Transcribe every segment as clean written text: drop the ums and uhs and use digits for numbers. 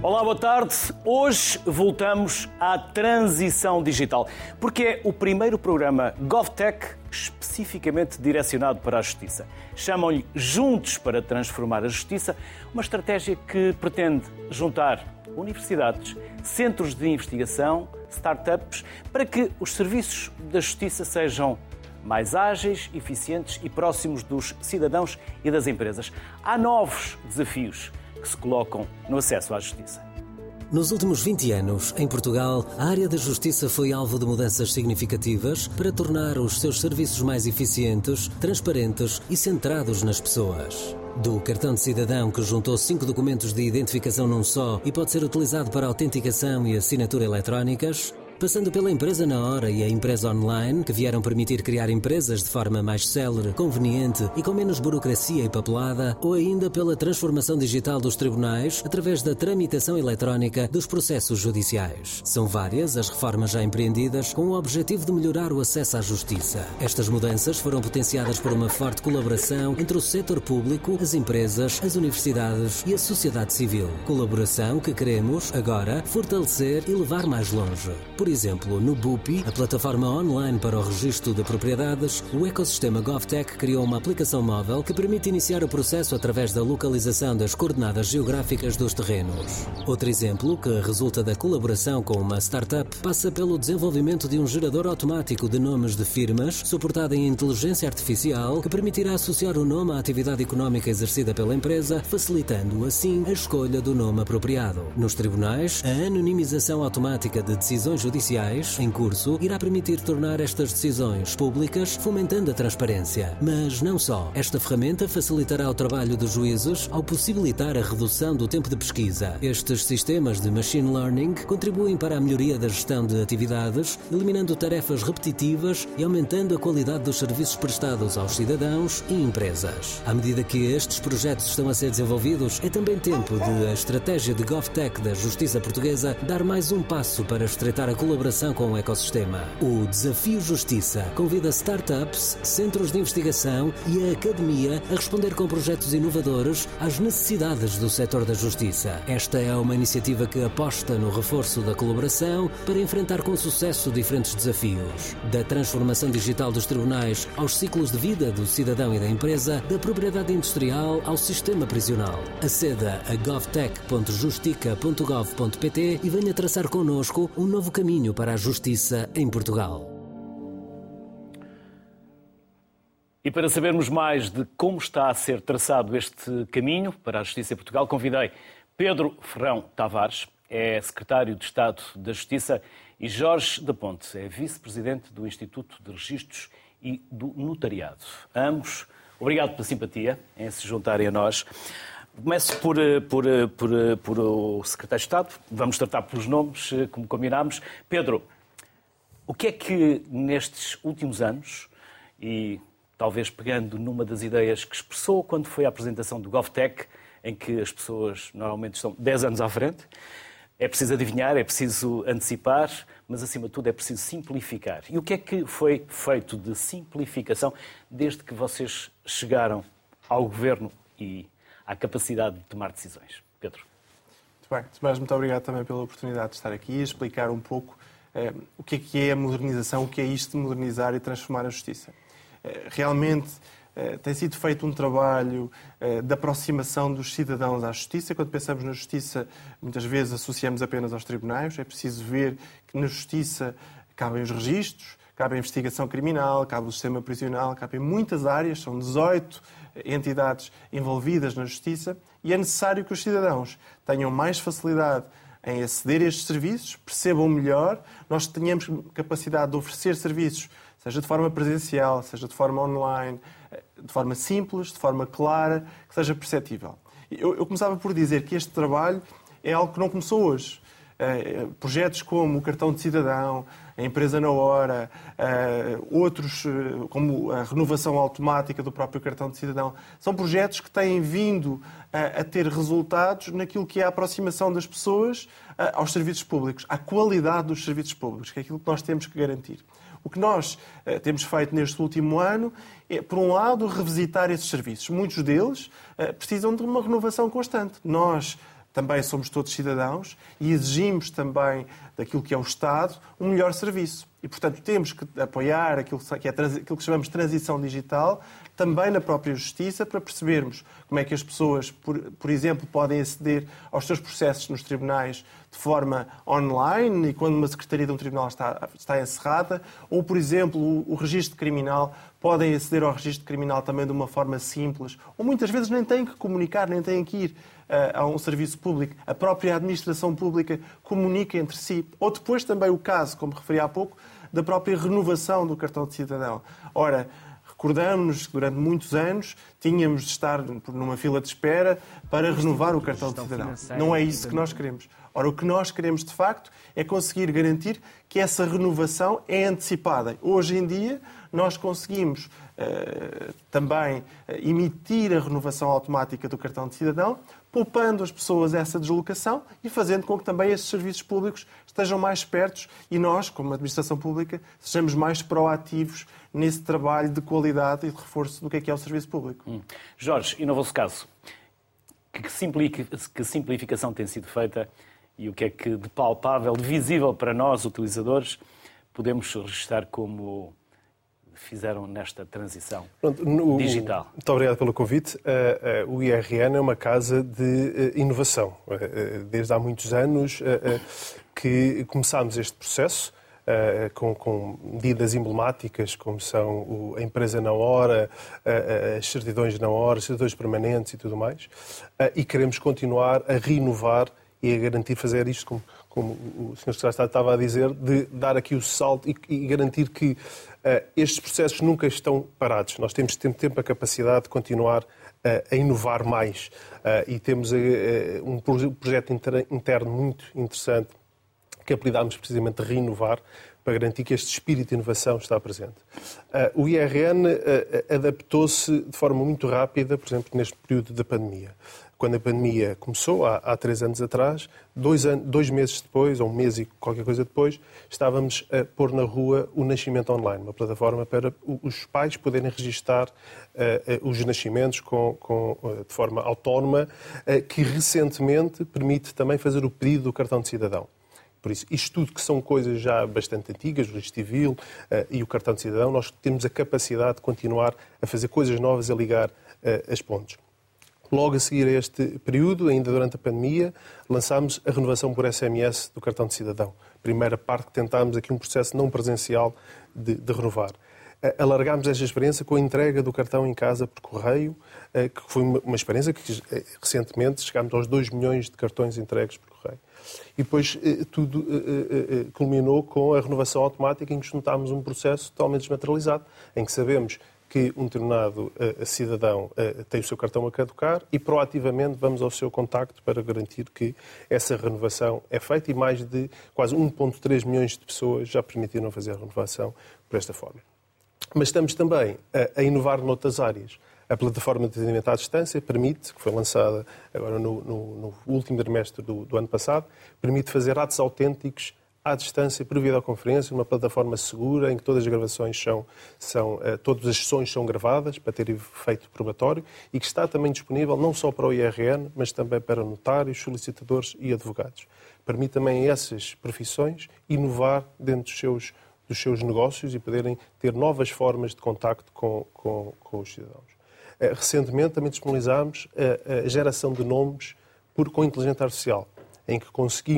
Olá, boa tarde. Hoje voltamos à transição digital, porque é o primeiro programa GovTech especificamente direcionado para a justiça. Chamam-lhe Juntos para Transformar a Justiça, uma estratégia que pretende juntar universidades, centros de investigação, startups, para que os serviços da justiça sejam mais ágeis, eficientes e próximos dos cidadãos e das empresas. Há novos desafios que se colocam no acesso à justiça. Nos últimos 20 anos, em Portugal, a área da justiça foi alvo de mudanças significativas para tornar os seus serviços mais eficientes, transparentes e centrados nas pessoas. Do cartão de cidadão, que juntou 5 documentos de identificação num só e pode ser utilizado para autenticação e assinatura eletrónicas, passando pela empresa na hora e a empresa online, que vieram permitir criar empresas de forma mais célere, conveniente e com menos burocracia e papelada, ou ainda pela transformação digital dos tribunais através da tramitação eletrónica dos processos judiciais. São várias as reformas já empreendidas com o objetivo de melhorar o acesso à justiça. Estas mudanças foram potenciadas por uma forte colaboração entre o setor público, as empresas, as universidades e a sociedade civil. Colaboração que queremos, agora, fortalecer e levar mais longe. Por exemplo, no BUPI, a plataforma online para o registro de propriedades, o ecossistema GovTech criou uma aplicação móvel que permite iniciar o processo através da localização das coordenadas geográficas dos terrenos. Outro exemplo, que resulta da colaboração com uma startup, passa pelo desenvolvimento de um gerador automático de nomes de firmas, suportado em inteligência artificial, que permitirá associar o nome à atividade económica exercida pela empresa, facilitando, assim, a escolha do nome apropriado. Nos tribunais, a anonimização automática de decisões judiciais em curso irá permitir tornar estas decisões públicas, fomentando a transparência. Mas não só. Esta ferramenta facilitará o trabalho dos juízes ao possibilitar a redução do tempo de pesquisa. Estes sistemas de machine learning contribuem para a melhoria da gestão de atividades, eliminando tarefas repetitivas e aumentando a qualidade dos serviços prestados aos cidadãos e empresas. À medida que estes projetos estão a ser desenvolvidos, é também tempo de a estratégia de GovTech da Justiça Portuguesa dar mais um passo para estreitar a colaboração com o ecossistema. O Desafio Justiça convida startups, centros de investigação e a academia a responder com projetos inovadores às necessidades do setor da justiça. Esta é uma iniciativa que aposta no reforço da colaboração para enfrentar com sucesso diferentes desafios. Da transformação digital dos tribunais aos ciclos de vida do cidadão e da empresa, da propriedade industrial ao sistema prisional. Aceda a govtech.justica.gov.pt e venha traçar connosco um novo caminho para a justiça em Portugal. E para sabermos mais de como está a ser traçado este caminho para a justiça em Portugal, convidei Pedro Ferrão Tavares, é secretário de Estado da Justiça, e Jorge da Ponte, é vice-presidente do Instituto de Registros e do Notariado. Ambos, obrigado pela simpatia em se juntarem a nós. Começo por o secretário de Estado. Vamos tratar pelos nomes, como combinámos. Pedro, o que é que nestes últimos anos, e talvez pegando numa das ideias que expressou quando foi a apresentação do GovTech, em que as pessoas normalmente estão 10 anos à frente, é preciso adivinhar, é preciso antecipar, mas acima de tudo é preciso simplificar. E o que é que foi feito de simplificação desde que vocês chegaram ao Governo e à capacidade de tomar decisões? Pedro. Muito bem. Mas muito obrigado também pela oportunidade de estar aqui e explicar um pouco o que é a modernização, o que é isto de modernizar e transformar a justiça. Realmente tem sido feito um trabalho de aproximação dos cidadãos à justiça. Quando pensamos na justiça, muitas vezes associamos apenas aos tribunais. É preciso ver que na justiça cabem os registros, cabe a investigação criminal, cabe o sistema prisional, cabe muitas áreas, são 18 entidades envolvidas na justiça e é necessário que os cidadãos tenham mais facilidade em aceder a estes serviços, percebam melhor, nós tenhamos capacidade de oferecer serviços, seja de forma presencial, seja de forma online, de forma simples, de forma clara, que seja perceptível. Eu começava por dizer que este trabalho é algo que não começou hoje. Projetos como o cartão de cidadão, a empresa na hora, outros como a renovação automática do próprio cartão de cidadão, são projetos que têm vindo a ter resultados naquilo que é a aproximação das pessoas aos serviços públicos, à qualidade dos serviços públicos, que é aquilo que nós temos que garantir. O que nós temos feito neste último ano é, por um lado, revisitar esses serviços. Muitos deles precisam de uma renovação constante. Nós também somos todos cidadãos e exigimos também daquilo que é o Estado um melhor serviço. E, portanto, temos que apoiar aquilo que chamamos de transição digital, também na própria Justiça, para percebermos como é que as pessoas, por exemplo, podem aceder aos seus processos nos tribunais de forma online e quando uma secretaria de um tribunal está encerrada, ou, por exemplo, o registro criminal, podem aceder ao registro criminal também de uma forma simples, ou muitas vezes nem têm que comunicar, nem têm que ir a um serviço público. A própria administração pública comunica entre si. Ou depois também o caso, como referi há pouco, da própria renovação do cartão de cidadão. Ora, recordamos-nos que durante muitos anos tínhamos de estar numa fila de espera para renovar o cartão de cidadão. Não é isso que nós queremos. Ora, o que nós queremos, de facto, é conseguir garantir que essa renovação é antecipada. Hoje em dia, nós conseguimos também emitir a renovação automática do cartão de cidadão, poupando as pessoas essa deslocação e fazendo com que também esses serviços públicos estejam mais perto e nós, como administração pública, sejamos mais proativos nesse trabalho de qualidade e de reforço do que é o serviço público. Jorge, e no vosso caso, que simplificação tem sido feita e o que é que de palpável, de visível para nós, utilizadores, podemos registrar como fizeram nesta transição digital? Muito obrigado pelo convite. O IRN é uma casa de inovação. Desde há muitos anos que começámos este processo com medidas emblemáticas, como são a empresa na hora, as certidões na hora, as certidões permanentes e tudo mais. E queremos continuar a renovar e a garantir fazer isto, como o Sr. Secretário de Estado estava a dizer, de dar aqui o salto e garantir que estes processos nunca estão parados. Nós temos tempo a capacidade de continuar a inovar mais. E temos um projeto interno muito interessante que apelidámos precisamente de Renovar, para garantir que este espírito de inovação está presente. O IRN adaptou-se de forma muito rápida, por exemplo, neste período da pandemia. Quando a pandemia começou, há 3 anos atrás, 2 meses depois, ou 1 mês e qualquer coisa depois, estávamos a pôr na rua o Nascimento Online, uma plataforma para os pais poderem registar os nascimentos de forma autónoma, que recentemente permite também fazer o pedido do cartão de cidadão. Por isso, isto tudo que são coisas já bastante antigas, o registro civil e o cartão de cidadão, nós temos a capacidade de continuar a fazer coisas novas, a ligar as pontes. Logo a seguir a este período, ainda durante a pandemia, lançámos a renovação por SMS do cartão de cidadão. Primeira parte que tentámos aqui um processo não presencial de renovar. Alargámos esta experiência com a entrega do cartão em casa por correio, que foi uma experiência que recentemente chegámos aos 2 milhões de cartões entregues por correio. E depois tudo culminou com a renovação automática, em que juntámos um processo totalmente desmaterializado, em que sabemos que um determinado cidadão tem o seu cartão a caducar e proativamente vamos ao seu contacto para garantir que essa renovação é feita e mais de quase 1,3 milhões de pessoas já permitiram fazer a renovação por esta forma. Mas estamos também a inovar noutras áreas. A plataforma de atendimento à distância permite, que foi lançada agora no último trimestre do ano passado, permite fazer atos autênticos à distância por videoconferência, uma plataforma segura em que todas as gravações todas as sessões são gravadas para ter efeito probatório e que está também disponível não só para o IRN, mas também para notários, solicitadores e advogados. Permite também a essas profissões inovar dentro dos seus negócios e poderem ter novas formas de contacto com os cidadãos. Recentemente também disponibilizámos a geração de nomes com inteligência artificial, em que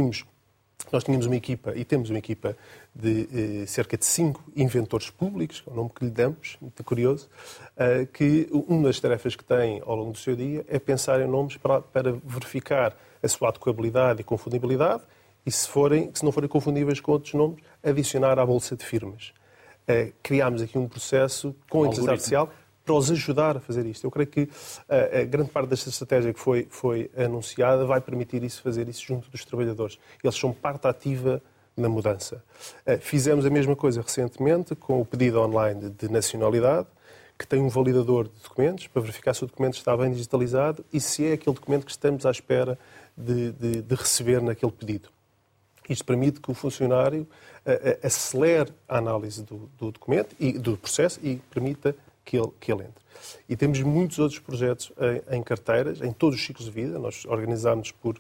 nós tínhamos uma equipa, e temos uma equipa de cerca de 5 inventores públicos, que é o nome que lhe damos, muito curioso, que uma das tarefas que têm ao longo do seu dia é pensar em nomes para verificar a sua adequabilidade e confundibilidade, e se não forem confundíveis com outros nomes, adicionar à bolsa de firmas. Criámos aqui um processo com a inteligência artificial para os ajudar a fazer isto. Eu creio que a grande parte desta estratégia que foi anunciada vai permitir fazer isso junto dos trabalhadores. Eles são parte ativa na mudança. Fizemos a mesma coisa recentemente com o pedido online de nacionalidade, que tem um validador de documentos para verificar se o documento está bem digitalizado e se é aquele documento que estamos à espera de receber naquele pedido. Isto permite que o funcionário acelere a análise do documento e do processo e permita que ele entre. E temos muitos outros projetos em carteiras, em todos os ciclos de vida. Nós organizámos por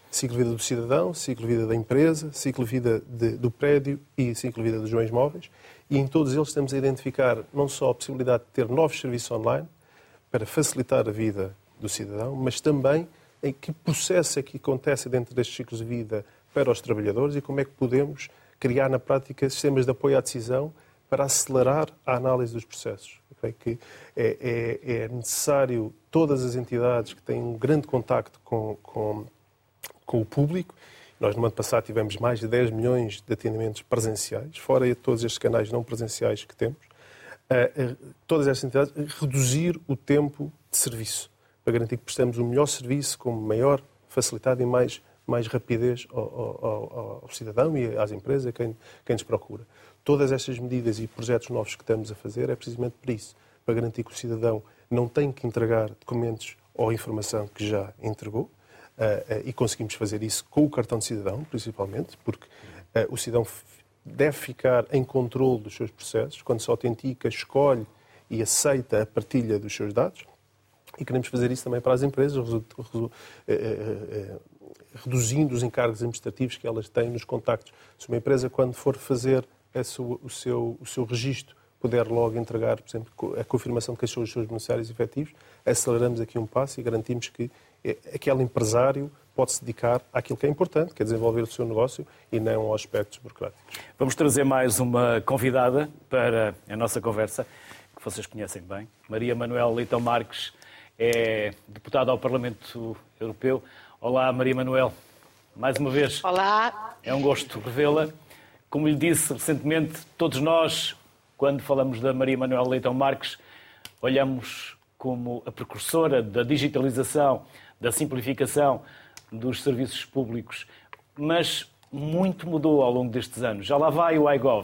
ciclo de vida do cidadão, ciclo de vida da empresa, ciclo de vida do prédio e ciclo de vida dos bens móveis. E em todos eles estamos a identificar não só a possibilidade de ter novos serviços online para facilitar a vida do cidadão, mas também em que processo é que acontece dentro destes ciclos de vida para os trabalhadores e como é que podemos criar na prática sistemas de apoio à decisão para acelerar a análise dos processos. Okay? Que é necessário todas as entidades que têm um grande contacto com o público. Nós, no ano passado, tivemos mais de 10 milhões de atendimentos presenciais, fora todos estes canais não presenciais que temos. Todas estas entidades, reduzir o tempo de serviço, para garantir que prestamos um melhor serviço com maior facilidade e mais rapidez ao cidadão e às empresas, a quem nos procura. Todas estas medidas e projetos novos que estamos a fazer é precisamente para isso, para garantir que o cidadão não tem que entregar documentos ou informação que já entregou, e conseguimos fazer isso com o cartão de cidadão, principalmente, porque o cidadão deve ficar em controle dos seus processos, quando se autentica, escolhe e aceita a partilha dos seus dados. E queremos fazer isso também para as empresas, reduzindo os encargos administrativos que elas têm nos contactos. Se uma empresa, quando for fazer o seu registro, puder logo entregar, por exemplo, a confirmação de quem são os seus beneficiários efetivos, aceleramos aqui um passo e garantimos que aquele empresário pode se dedicar àquilo que é importante, que é desenvolver o seu negócio e não aos aspectos burocráticos. Vamos trazer mais uma convidada para a nossa conversa, que vocês conhecem bem. Maria Manuel Leitão Marques é deputada ao Parlamento Europeu. Olá, Maria Manuel. Mais uma vez. Olá. É um gosto revê-la. Como lhe disse recentemente, todos nós, quando falamos da Maria Manuel Leitão Marques, olhamos como a precursora da digitalização, da simplificação dos serviços públicos. Mas muito mudou ao longo destes anos. Já lá vai o iGov.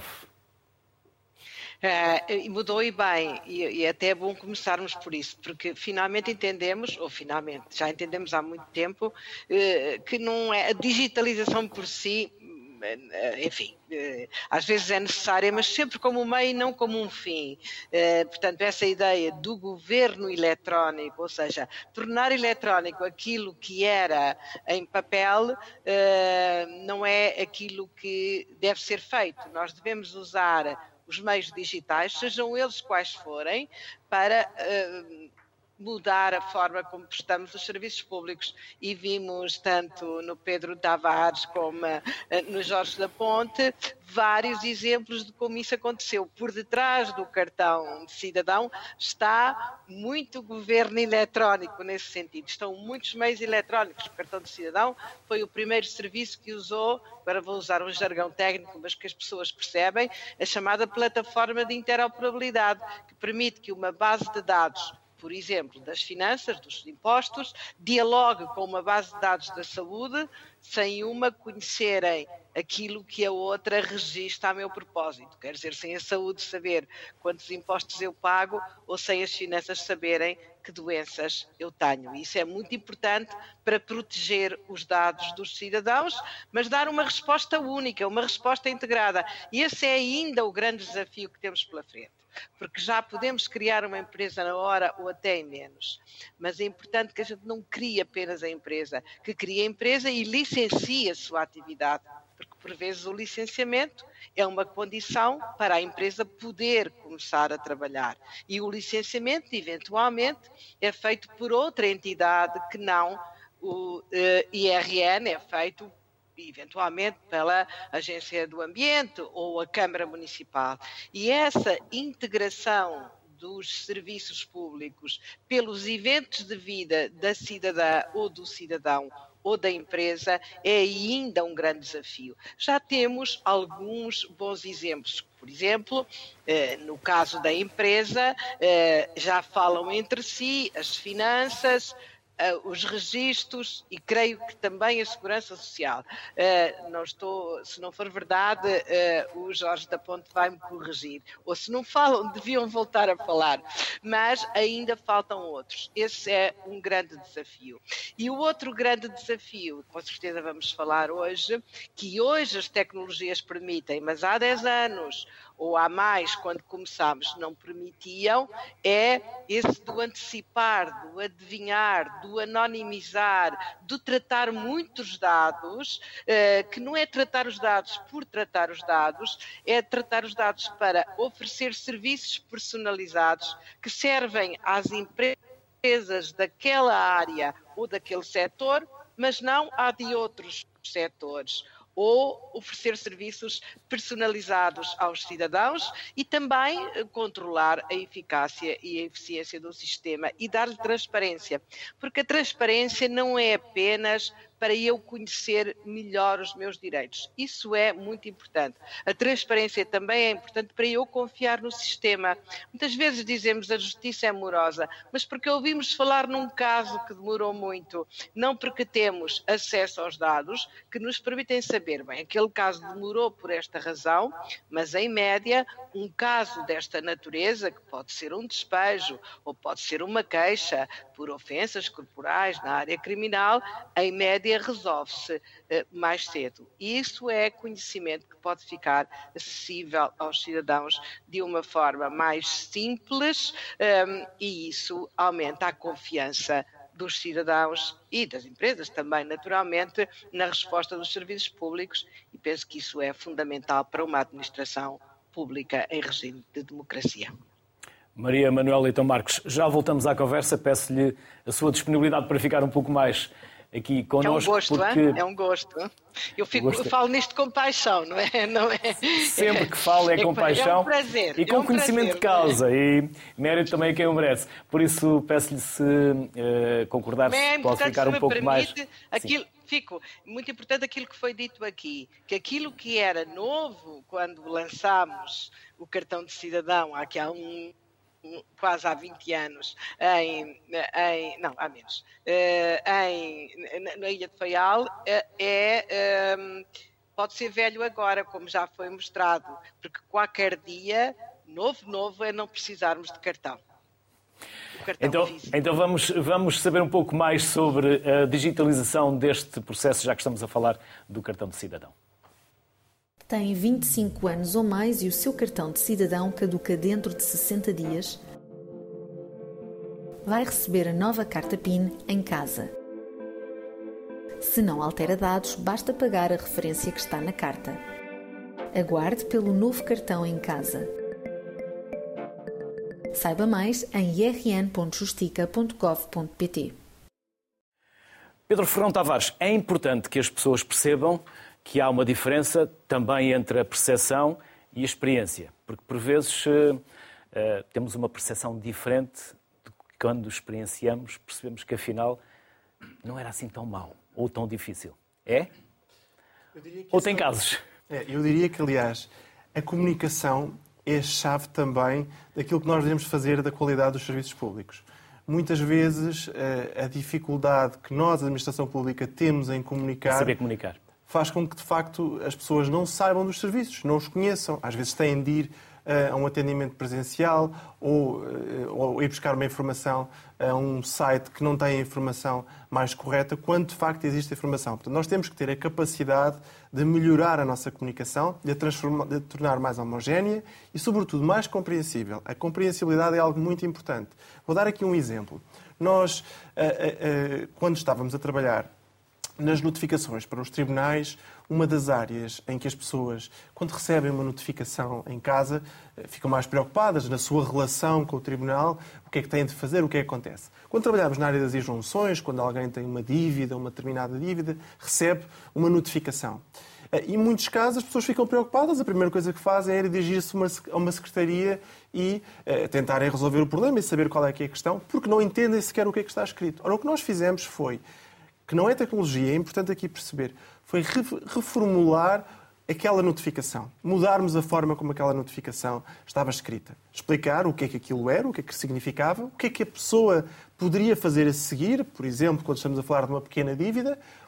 Mudou e bem, e é até bom começarmos por isso, porque finalmente entendemos, ou finalmente, já entendemos há muito tempo, que não é a digitalização por si, enfim, às vezes é necessária, mas sempre como um meio e não como um fim. Portanto, essa ideia do governo eletrónico, ou seja, tornar eletrónico aquilo que era em papel, não é aquilo que deve ser feito. Nós devemos usar os meios digitais, sejam eles quais forem, para mudar a forma como prestamos os serviços públicos. E vimos, tanto no Pedro Tavares como no Jorge da Ponte, vários exemplos de como isso aconteceu. Por detrás do cartão de cidadão está muito governo eletrónico nesse sentido. Estão muitos meios eletrónicos. O cartão de cidadão foi o primeiro serviço que usou, agora vou usar um jargão técnico, mas que as pessoas percebem, a chamada plataforma de interoperabilidade, que permite que uma base de dados, por exemplo, das finanças, dos impostos, dialogue com uma base de dados da saúde, sem uma conhecerem aquilo que a outra registra a meu propósito. Quer dizer, sem a saúde saber quantos impostos eu pago ou sem as finanças saberem que doenças eu tenho. Isso é muito importante para proteger os dados dos cidadãos, mas dar uma resposta única, uma resposta integrada. E esse é ainda o grande desafio que temos pela frente. Porque já podemos criar uma empresa na hora ou até em menos. Mas é importante que a gente não crie apenas a empresa, que crie a empresa e licencie a sua atividade. Porque, por vezes, o licenciamento é uma condição para a empresa poder começar a trabalhar. E o licenciamento, eventualmente, é feito por outra entidade que não o IRN, é feito eventualmente pela Agência do Ambiente ou a Câmara Municipal. E essa integração dos serviços públicos pelos eventos de vida da cidadã ou do cidadão ou da empresa é ainda um grande desafio. Já temos alguns bons exemplos. Por exemplo, no caso da empresa, já falam entre si as finanças, os registros e creio que também a segurança social. Se não for verdade, o Jorge da Ponte vai-me corrigir. Ou se não falam, deviam voltar a falar. Mas ainda faltam outros. Esse é um grande desafio. E o outro grande desafio, com certeza vamos falar hoje, que hoje as tecnologias permitem, mas há 10 anos ou há mais, quando começámos, não permitiam, é esse do antecipar, do adivinhar, do anonimizar, do tratar muitos dados, que não é tratar os dados por tratar os dados, é tratar os dados para oferecer serviços personalizados que servem às empresas daquela área ou daquele setor, mas não à de outros setores, ou oferecer serviços personalizados aos cidadãos e também controlar a eficácia e a eficiência do sistema e dar-lhe transparência, porque a transparência não é apenas para eu conhecer melhor os meus direitos. Isso é muito importante. A transparência também é importante para eu confiar no sistema. Muitas vezes dizemos a justiça é morosa, mas porque ouvimos falar num caso que demorou muito, não porque temos acesso aos dados que nos permitem saber, bem, aquele caso demorou por esta razão, mas em média, um caso desta natureza, que pode ser um despejo ou pode ser uma queixa por ofensas corporais na área criminal, em média resolve-se mais cedo. E isso é conhecimento que pode ficar acessível aos cidadãos de uma forma mais simples e isso aumenta a confiança dos cidadãos e das empresas também, naturalmente, na resposta dos serviços públicos e penso que isso é fundamental para uma administração pública em regime de democracia. Maria Manuel Leitão Marques, já voltamos à conversa, peço-lhe a sua disponibilidade para ficar um pouco mais aqui connosco. É um gosto, porque... é um gosto. Eu falo nisto com paixão, não é? Não é? Sempre que falo é com paixão. É um prazer. E com conhecimento de causa e mérito também a quem o merece. Por isso peço-lhe se concordar, se pode ficar um pouco mais... Fico muito importante aquilo que foi dito aqui, que aquilo que era novo quando lançámos o cartão de cidadão quase há 20 anos, não, há menos, na Ilha de Faial, pode ser velho agora, como já foi mostrado, porque qualquer dia, novo, é não precisarmos de cartão. Então vamos saber um pouco mais sobre a digitalização deste processo, já que estamos a falar do cartão de cidadão. Tem 25 anos ou mais e o seu cartão de cidadão caduca dentro de 60 dias, vai receber a nova carta PIN em casa. Se não altera dados, basta pagar a referência que está na carta. Aguarde pelo novo cartão em casa. Saiba mais em irn.justica.gov.pt. Pedro Ferrão Tavares, é importante que as pessoas percebam que há uma diferença também entre a percepção e a experiência, porque por vezes temos uma percepção diferente de quando experienciamos, percebemos que afinal não era assim tão mau ou tão difícil. É? Ou tem casos? Eu diria que, aliás, a comunicação é a chave também daquilo que nós devemos fazer da qualidade dos serviços públicos. Muitas vezes a dificuldade que nós, a administração pública, temos em comunicar... Saber comunicar. Faz com que, de facto, as pessoas não saibam dos serviços, não os conheçam. Às vezes têm de ir a um atendimento presencial ou ir buscar uma informação a um site que não tem a informação mais correta, quando, de facto, existe a informação. Portanto, nós temos que ter a capacidade de melhorar a nossa comunicação, de a tornar mais homogénea e, sobretudo, mais compreensível. A compreensibilidade é algo muito importante. Vou dar aqui um exemplo. Nós, quando estávamos a trabalhar nas notificações para os tribunais, uma das áreas em que as pessoas, quando recebem uma notificação em casa, ficam mais preocupadas na sua relação com o tribunal, o que é que têm de fazer, o que é que acontece. Quando trabalhamos na área das injunções, quando alguém tem uma dívida, uma determinada dívida, recebe uma notificação. E em muitos casos as pessoas ficam preocupadas, a primeira coisa que fazem é dirigir-se a uma secretaria e tentarem resolver o problema e saber qual é que é a questão, porque não entendem sequer o que é que está escrito. Ora, o que nós fizemos foi, que não é tecnologia, é importante aqui perceber, foi reformular aquela notificação, mudarmos a forma como aquela notificação estava escrita, explicar o que é que aquilo era, o que é que significava, o que é que a pessoa poderia fazer a seguir, por exemplo, quando estamos a falar de uma pequena dívida,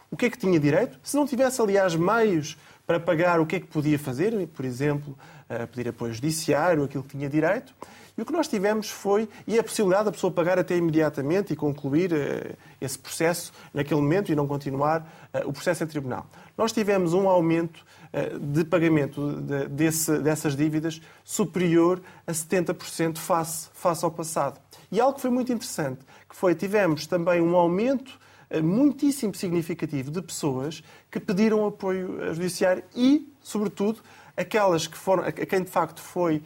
o que é que tinha direito, se não tivesse, aliás, meios para pagar, o que é que podia fazer, por exemplo, pedir apoio judiciário, aquilo que tinha direito. E o que nós tivemos foi, e a possibilidade da pessoa pagar até imediatamente e concluir esse processo naquele momento e não continuar o processo em tribunal. Nós tivemos um aumento de pagamento dessas dívidas superior a 70% face ao passado. E algo que foi muito interessante, que foi, tivemos também um aumento muitíssimo significativo de pessoas que pediram apoio judiciário e, sobretudo, aquelas que foram, a quem de facto foi,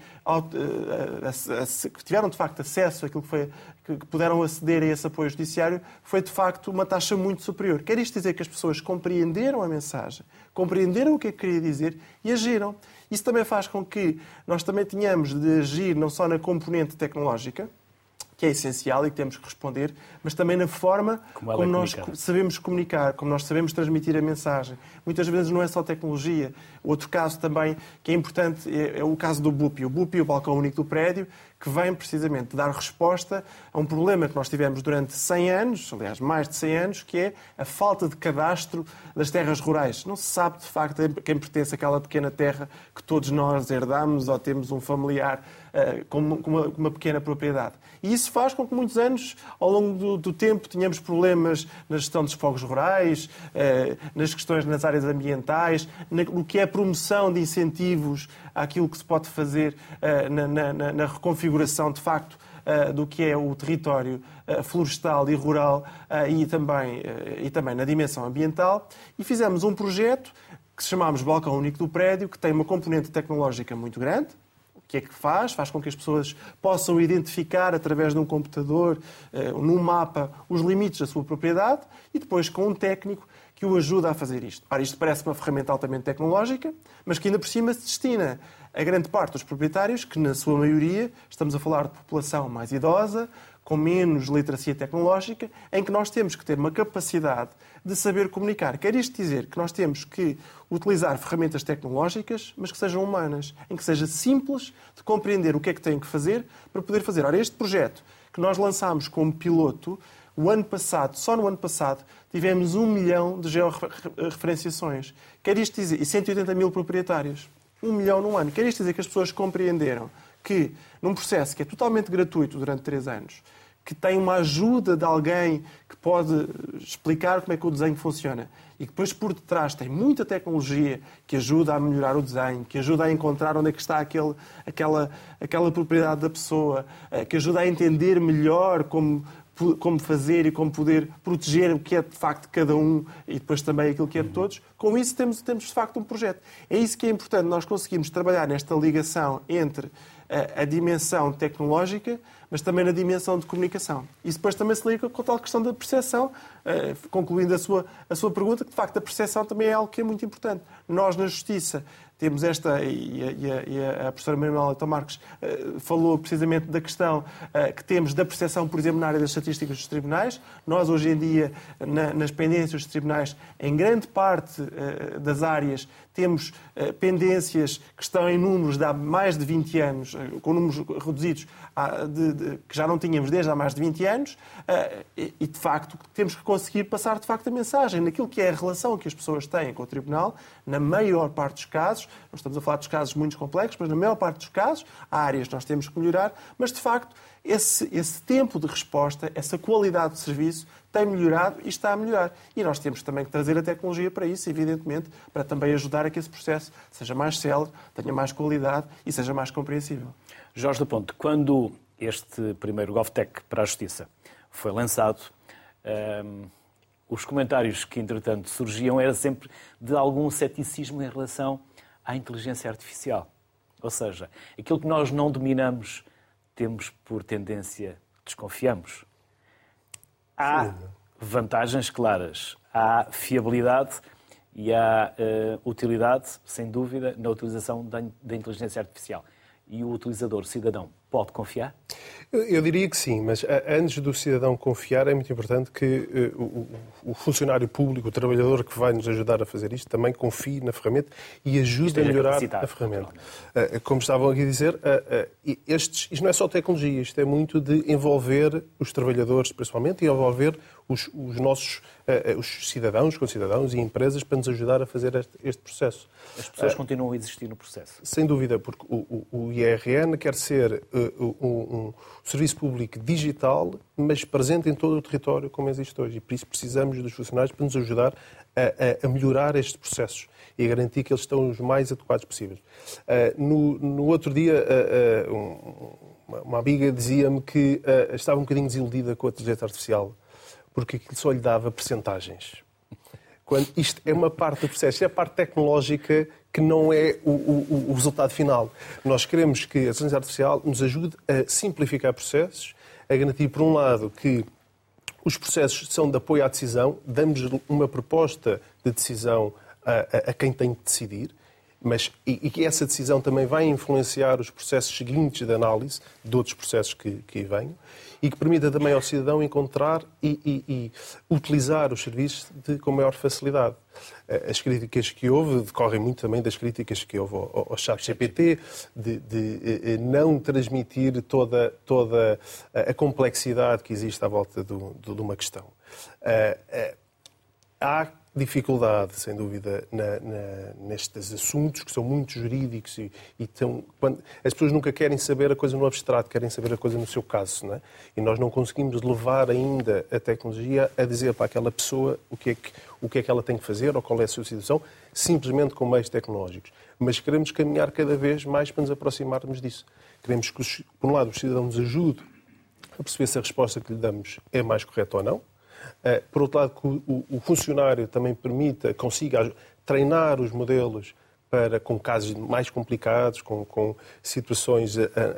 que tiveram de facto acesso àquilo que puderam aceder a esse apoio judiciário, foi de facto uma taxa muito superior. Quer isto dizer que as pessoas compreenderam a mensagem, compreenderam o que é que queria dizer e agiram. Isso também faz com que nós também tenhamos de agir não só na componente tecnológica, que é essencial e que temos que responder, mas também na forma como nós sabemos comunicar, como nós sabemos transmitir a mensagem. Muitas vezes não é só tecnologia. Outro caso também que é importante é o caso do BUPI. O BUPI, o Balcão Único do Prédio, que vem precisamente dar resposta a um problema que nós tivemos durante 100 anos, aliás, mais de 100 anos, que é a falta de cadastro das terras rurais. Não se sabe, de facto, a quem pertence àquela pequena terra que todos nós herdamos ou temos um familiar com uma pequena propriedade. E isso faz com que muitos anos, ao longo do tempo, tenhamos problemas na gestão dos fogos rurais, nas questões nas áreas ambientais, no que é a promoção de incentivos àquilo que se pode fazer na reconfiguração, de facto, do que é o território florestal e rural e também na dimensão ambiental. E fizemos um projeto que chamámos Balcão Único do Prédio, que tem uma componente tecnológica muito grande. O que é que faz? Faz com que as pessoas possam identificar, através de um computador, num mapa, os limites da sua propriedade e depois com um técnico que o ajuda a fazer isto. Ora, isto parece uma ferramenta altamente tecnológica, mas que ainda por cima se destina a grande parte dos proprietários, que na sua maioria estamos a falar de população mais idosa, com menos literacia tecnológica, em que nós temos que ter uma capacidade de saber comunicar. Quer isto dizer que nós temos que utilizar ferramentas tecnológicas, mas que sejam humanas, em que seja simples de compreender o que é que têm que fazer para poder fazer. Ora, este projeto que nós lançámos como piloto, o ano passado, só no ano passado, tivemos 1 milhão de georreferenciações. Quer isto dizer, e 180 mil proprietários. 1 milhão num ano. Quer isto dizer que as pessoas compreenderam que, num processo que é totalmente gratuito durante 3 anos, que tem uma ajuda de alguém que pode explicar como é que o desenho funciona e que depois por detrás tem muita tecnologia que ajuda a melhorar o desenho, que ajuda a encontrar onde é que está aquela propriedade da pessoa, que ajuda a entender melhor como fazer e como poder proteger o que é de facto de cada um e depois também aquilo que é de todos. Com isso temos de facto um projeto. É isso que é importante, nós conseguimos trabalhar nesta ligação entre a dimensão tecnológica, mas também na dimensão de comunicação. Isso depois também se liga com a tal questão da percepção, concluindo a sua pergunta, que de facto a percepção também é algo que é muito importante. Nós na Justiça temos esta, e a professora Manuela Leitão Marques falou precisamente da questão que temos da percepção, por exemplo, na área das estatísticas dos tribunais. Nós, hoje em dia, nas pendências dos tribunais, em grande parte das áreas, temos pendências que estão em números de há mais de 20 anos, com números reduzidos, que já não tínhamos desde há mais de 20 anos, e, de facto, temos que conseguir passar, de facto, a mensagem naquilo que é a relação que as pessoas têm com o Tribunal, na maior parte dos casos. Não estamos a falar dos casos muito complexos, mas na maior parte dos casos, há áreas que nós temos que melhorar, mas, de facto, esse tempo de resposta, essa qualidade de serviço tem melhorado e está a melhorar. E nós temos também que trazer a tecnologia para isso, evidentemente, para também ajudar a que esse processo seja mais célere, tenha mais qualidade e seja mais compreensível. Jorge da Ponte, quando este primeiro GovTech para a Justiça foi lançado, os comentários que, entretanto, surgiam eram sempre de algum ceticismo em relação à inteligência artificial. Ou seja, aquilo que nós não dominamos, temos por tendência, desconfiamos. Há vantagens claras, há fiabilidade e há utilidade, sem dúvida, na utilização da inteligência artificial. E o utilizador, o cidadão, pode confiar? Eu diria que sim, mas antes do cidadão confiar é muito importante que o funcionário público, o trabalhador que vai nos ajudar a fazer isto, também confie na ferramenta e ajude a melhorar a ferramenta. Como estavam aqui a dizer, isto não é só tecnologia, isto é muito de envolver os trabalhadores, principalmente, e envolver os nossos os cidadãos, concidadãos e empresas para nos ajudar a fazer este processo. As pessoas continuam a existir no processo? Sem dúvida, porque o IRN quer ser um serviço público digital, mas presente em todo o território como existe hoje. E por isso precisamos dos funcionários para nos ajudar a melhorar estes processos e a garantir que eles estão os mais adequados possíveis. No outro dia, uma amiga dizia-me que estava um bocadinho desiludida com a inteligência artificial, porque aquilo só lhe dava percentagens. Quando isto é uma parte do processo, isto é a parte tecnológica que não é o resultado final. Nós queremos que a inteligência artificial nos ajude a simplificar processos, a garantir, por um lado, que os processos são de apoio à decisão, damos uma proposta de decisão a quem tem que decidir, e que essa decisão também vai influenciar os processos seguintes de análise de outros processos que venham, e que permita também ao cidadão encontrar e utilizar os serviços com maior facilidade. As críticas que houve decorrem muito também das críticas que houve ao ChatGPT, de não transmitir toda a complexidade que existe à volta de uma questão. Há dificuldade, sem dúvida, nestes assuntos que são muito jurídicos as pessoas nunca querem saber a coisa no abstrato, querem saber a coisa no seu caso, não é? E nós não conseguimos levar ainda a tecnologia a dizer para aquela pessoa o que é que ela tem que fazer ou qual é a sua situação, simplesmente com meios tecnológicos. Mas queremos caminhar cada vez mais para nos aproximarmos disso. Queremos que, por um lado, o cidadão nos ajude a perceber se a resposta que lhe damos é mais correta ou não. Por outro lado, que o funcionário também consiga treinar os modelos com casos mais complicados, com situações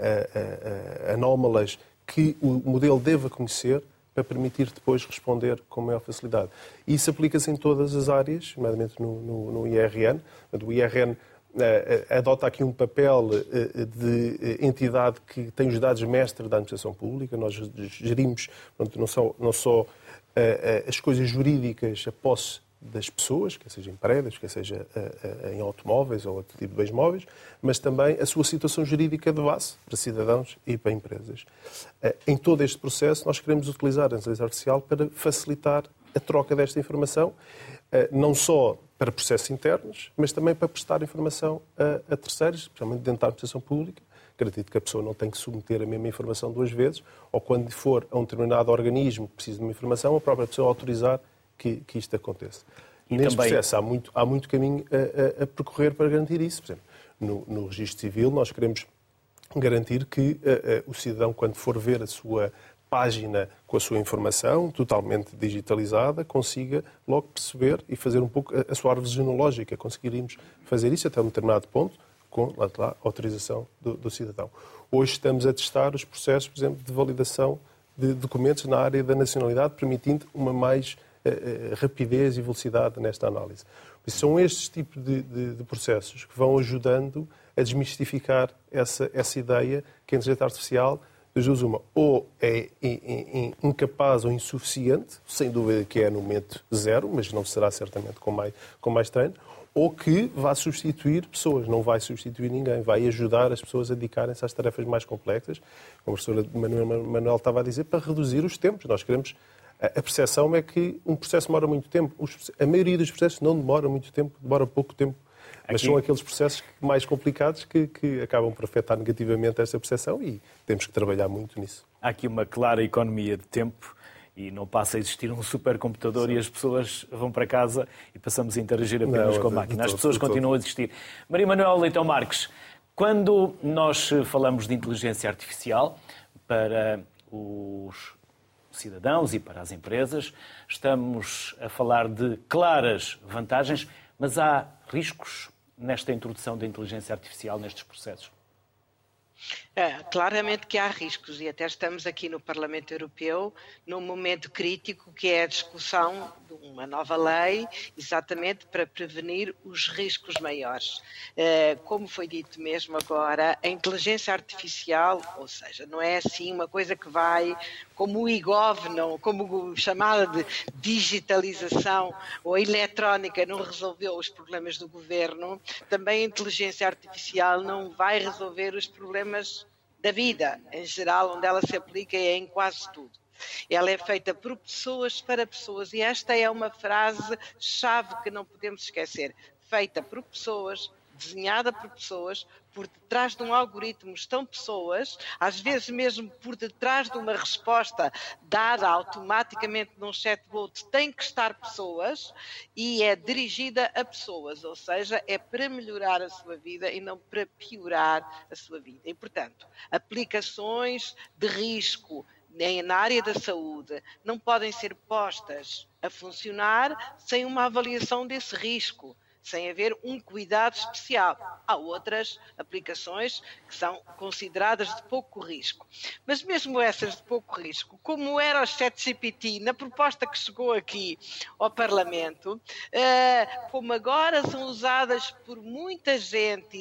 anómalas que o modelo deva conhecer para permitir depois responder com maior facilidade. Isso aplica-se em todas as áreas, nomeadamente no IRN. O IRN adota aqui um papel de entidade que tem os dados mestres da administração pública. Nós gerimos não só as coisas jurídicas, a posse das pessoas, quer seja em prédios, quer seja em automóveis ou outro tipo de bens móveis, mas também a sua situação jurídica de base para cidadãos e para empresas. Em todo este processo, nós queremos utilizar a inteligência artificial para facilitar a troca desta informação, não só para processos internos, mas também para prestar informação a terceiros, especialmente dentro da administração pública, garantindo que a pessoa não tem que submeter a mesma informação duas vezes, ou quando for a um determinado organismo que precisa de uma informação, a própria pessoa autorizar que isto aconteça. Neste processo há muito caminho a percorrer para garantir isso. Por exemplo, no registro civil nós queremos garantir que o cidadão, quando for ver a sua página com a sua informação totalmente digitalizada, consiga logo perceber e fazer um pouco a sua árvore genealógica. Conseguiríamos fazer isso até um determinado ponto, com a autorização do cidadão. Hoje estamos a testar os processos, por exemplo, de validação de documentos na área da nacionalidade, permitindo uma mais rapidez e velocidade nesta análise. São estes tipos de processos que vão ajudando a desmistificar essa ideia que a inteligência artificial, das duas uma, ou é incapaz ou insuficiente, sem dúvida que é no momento zero, mas não será certamente com mais treino, ou que vai substituir pessoas, não vai substituir ninguém, vai ajudar as pessoas a dedicarem-se às tarefas mais complexas, como a professora Manuel estava a dizer, para reduzir os tempos. Nós queremos... A percepção é que um processo demora muito tempo. A maioria dos processos não demora muito tempo, demora pouco tempo. Mas são aqueles processos mais complicados que acabam por afetar negativamente esta percepção e temos que trabalhar muito nisso. Há aqui uma clara economia de tempo e não passa a existir um supercomputador e as pessoas vão para casa e passamos a interagir apenas com a máquina. As pessoas continuam a existir. Maria Manuel Leitão Marques, quando nós falamos de inteligência artificial para os cidadãos e para as empresas, estamos a falar de claras vantagens, mas há riscos nesta introdução da inteligência artificial nestes processos? Claramente que há riscos e até estamos aqui no Parlamento Europeu num momento crítico que é a discussão de uma nova lei exatamente para prevenir os riscos maiores. Como foi dito mesmo agora, a inteligência artificial, ou seja, não é assim uma coisa que vai como o e-gov, não, como chamada de digitalização ou a eletrónica não resolveu os problemas do governo, também a inteligência artificial não vai resolver os problemas da vida, em geral, onde ela se aplica é em quase tudo. Ela é feita por pessoas para pessoas e esta é uma frase-chave que não podemos esquecer. Feita por pessoas, desenhada por pessoas, por detrás de um algoritmo estão pessoas, às vezes mesmo por detrás de uma resposta dada automaticamente num chatbot tem que estar pessoas e é dirigida a pessoas, ou seja, é para melhorar a sua vida e não para piorar a sua vida. E, portanto, aplicações de risco na área da saúde não podem ser postas a funcionar sem uma avaliação desse risco, sem haver um cuidado especial. Há outras aplicações que são consideradas de pouco risco. Mas mesmo essas de pouco risco, como era o ChatGPT, na proposta que chegou aqui ao Parlamento, como agora são usadas por muita gente,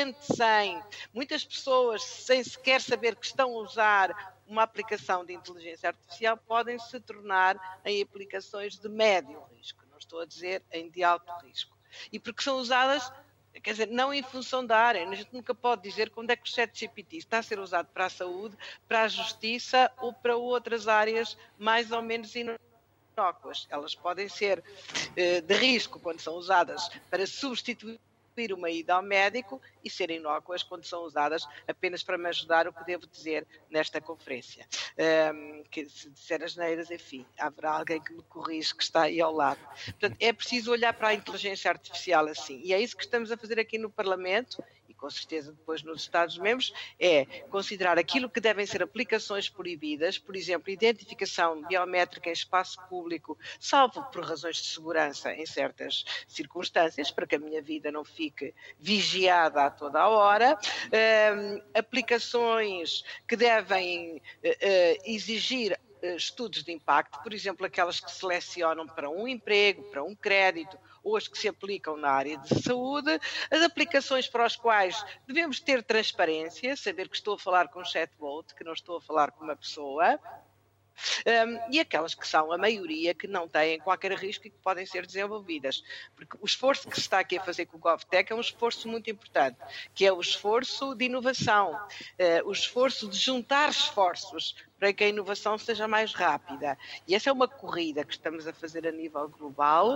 muitas pessoas sem sequer saber que estão a usar uma aplicação de inteligência artificial, podem se tornar em aplicações de médio risco. Não estou a dizer em de alto risco. E porque são usadas, quer dizer, não em função da área. A gente nunca pode dizer quando é que o ChatGPT está a ser usado para a saúde, para a justiça ou para outras áreas mais ou menos inócuas. Elas podem ser de risco quando são usadas para substituir uma ida ao médico e serem inócuas quando são usadas apenas para me ajudar o que devo dizer nesta conferência. Que se disser asneiras, enfim, haverá alguém que me corrige que está aí ao lado. Portanto, é preciso olhar para a inteligência artificial assim. E é isso que estamos a fazer aqui no Parlamento e com certeza depois nos Estados-membros, é considerar aquilo que devem ser aplicações proibidas, por exemplo, identificação biométrica em espaço público, salvo por razões de segurança em certas circunstâncias, para que a minha vida não fique vigiada a toda a hora, aplicações que devem exigir estudos de impacto, por exemplo, aquelas que selecionam para um emprego, para um crédito, ou as que se aplicam na área de saúde, as aplicações para as quais devemos ter transparência, saber que estou a falar com um chatbot, que não estou a falar com uma pessoa, e aquelas que são a maioria que não têm qualquer risco e que podem ser desenvolvidas. Porque o esforço que se está aqui a fazer com o GovTech é um esforço muito importante, que é o esforço de inovação, o esforço de juntar esforços para que a inovação seja mais rápida. E essa é uma corrida que estamos a fazer a nível global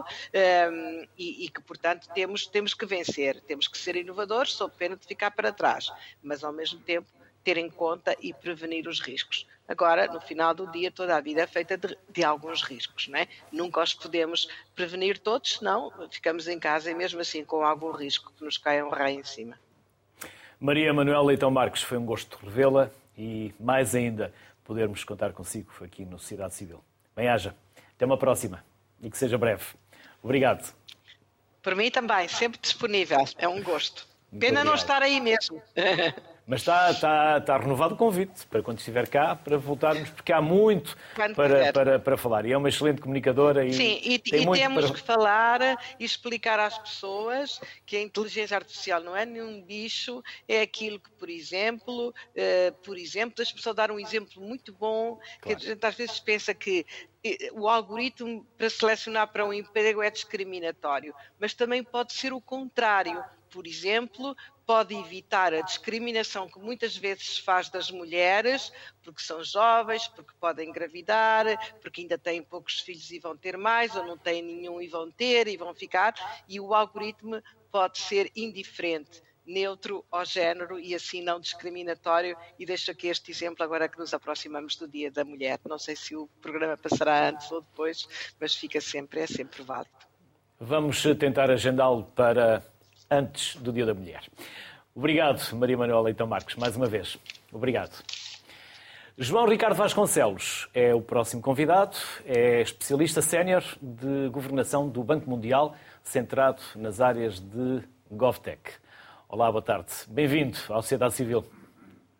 e que, portanto, temos que vencer, temos que ser inovadores, sob pena de ficar para trás, mas ao mesmo tempo ter em conta e prevenir os riscos. Agora, no final do dia, toda a vida é feita de alguns riscos, não é? Nunca os podemos prevenir todos, senão ficamos em casa e mesmo assim com algum risco que nos caia um raio em cima. Maria Manuela Leitão Marques, foi um gosto revê-la e mais ainda podermos contar consigo aqui no Sociedade Civil. Bem-haja. Até uma próxima e que seja breve. Obrigado. Por mim também, sempre disponível. É um gosto. Pena não estar aí mesmo. Mas está renovado o convite para quando estiver cá, para voltarmos, porque há muito para falar. E é uma excelente comunicadora. Sim, e temos que falar e explicar às pessoas que a inteligência artificial não é nenhum bicho, é aquilo que, por exemplo, deixa-me só dar um exemplo muito bom, claro. Que a gente às vezes pensa que o algoritmo para selecionar para um emprego é discriminatório, mas também pode ser o contrário. Por exemplo, pode evitar a discriminação que muitas vezes se faz das mulheres, porque são jovens, porque podem engravidar, porque ainda têm poucos filhos e vão ter mais, ou não têm nenhum e vão ter e vão ficar, e o algoritmo pode ser indiferente, neutro ao género e assim não discriminatório. E deixo aqui este exemplo agora que nos aproximamos do Dia da Mulher. Não sei se o programa passará antes ou depois, mas é sempre válido. Vamos tentar agendá-lo para antes do Dia da Mulher. Obrigado, Maria Manuela Leitão Marques, mais uma vez. Obrigado. João Ricardo Vasconcelos é o próximo convidado, é especialista sénior de governação do Banco Mundial, centrado nas áreas de GovTech. Olá, boa tarde. Bem-vindo à Sociedade Civil.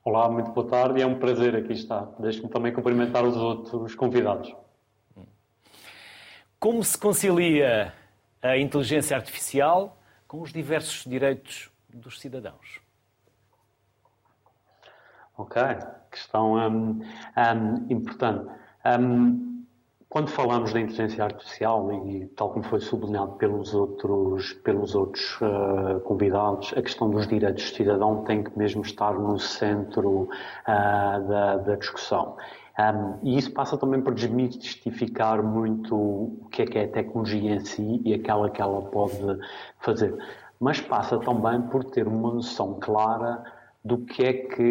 Olá, muito boa tarde e é um prazer aqui estar. Deixe-me também cumprimentar os outros convidados. Como se concilia a inteligência artificial com os diversos direitos dos cidadãos? Ok, questão importante. Quando falamos da inteligência artificial, e tal como foi sublinhado pelos outros convidados, a questão dos direitos do cidadão tem que mesmo estar no centro da discussão. E isso passa também por desmistificar muito o que é a tecnologia em si e aquela que ela pode fazer. Mas passa também por ter uma noção clara do que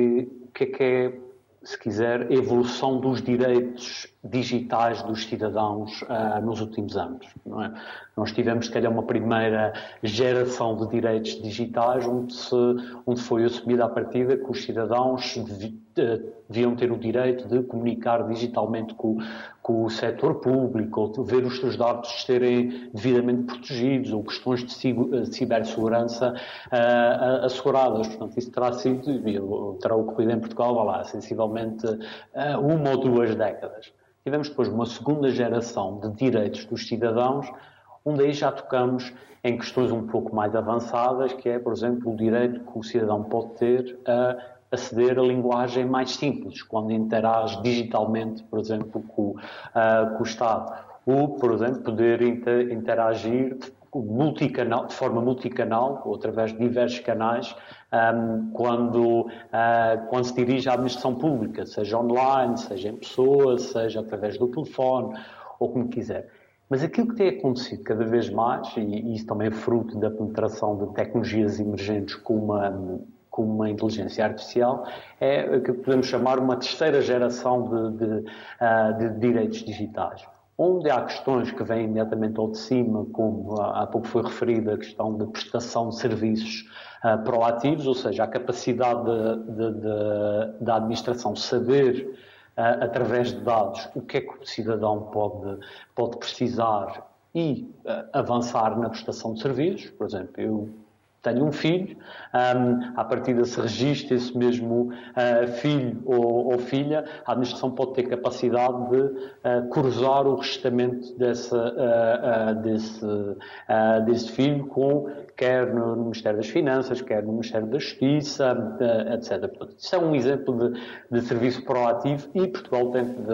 é, se quiser, a evolução dos direitos digitais dos cidadãos nos últimos anos. Não é? Nós tivemos, se calhar, uma primeira geração de direitos digitais onde foi assumida a partida que os cidadãos deviam ter o direito de comunicar digitalmente com o setor público, ou de ver os seus dados serem devidamente protegidos, ou questões de cibersegurança asseguradas. Portanto, isso terá ocorrido em Portugal, sensivelmente 1 ou 2 décadas. Tivemos depois uma segunda geração de direitos dos cidadãos, onde aí já tocamos em questões um pouco mais avançadas, que é, por exemplo, o direito que o cidadão pode ter a aceder a linguagem mais simples, quando interage digitalmente, por exemplo, com o Estado. Ou, por exemplo, poder interagir de forma multicanal, ou através de diversos canais, quando se dirige à administração pública, seja online, seja em pessoa, seja através do telefone, ou como quiser. Mas aquilo que tem acontecido cada vez mais, e isso também é fruto da penetração de tecnologias emergentes como uma inteligência artificial, é o que podemos chamar uma terceira geração de direitos digitais. Onde há questões que vêm imediatamente ao de cima, como há pouco foi referida a questão da prestação de serviços proativos, ou seja, a capacidade da administração saber, através de dados, o que é que o cidadão pode precisar e avançar na prestação de serviços. Por exemplo, eu tenho um filho, à partida se registra esse mesmo filho ou filha, a administração pode ter capacidade de cruzar o registamento desse filho quer no Ministério das Finanças, quer no Ministério da Justiça, etc. Portanto, isso é um exemplo de serviço proativo e Portugal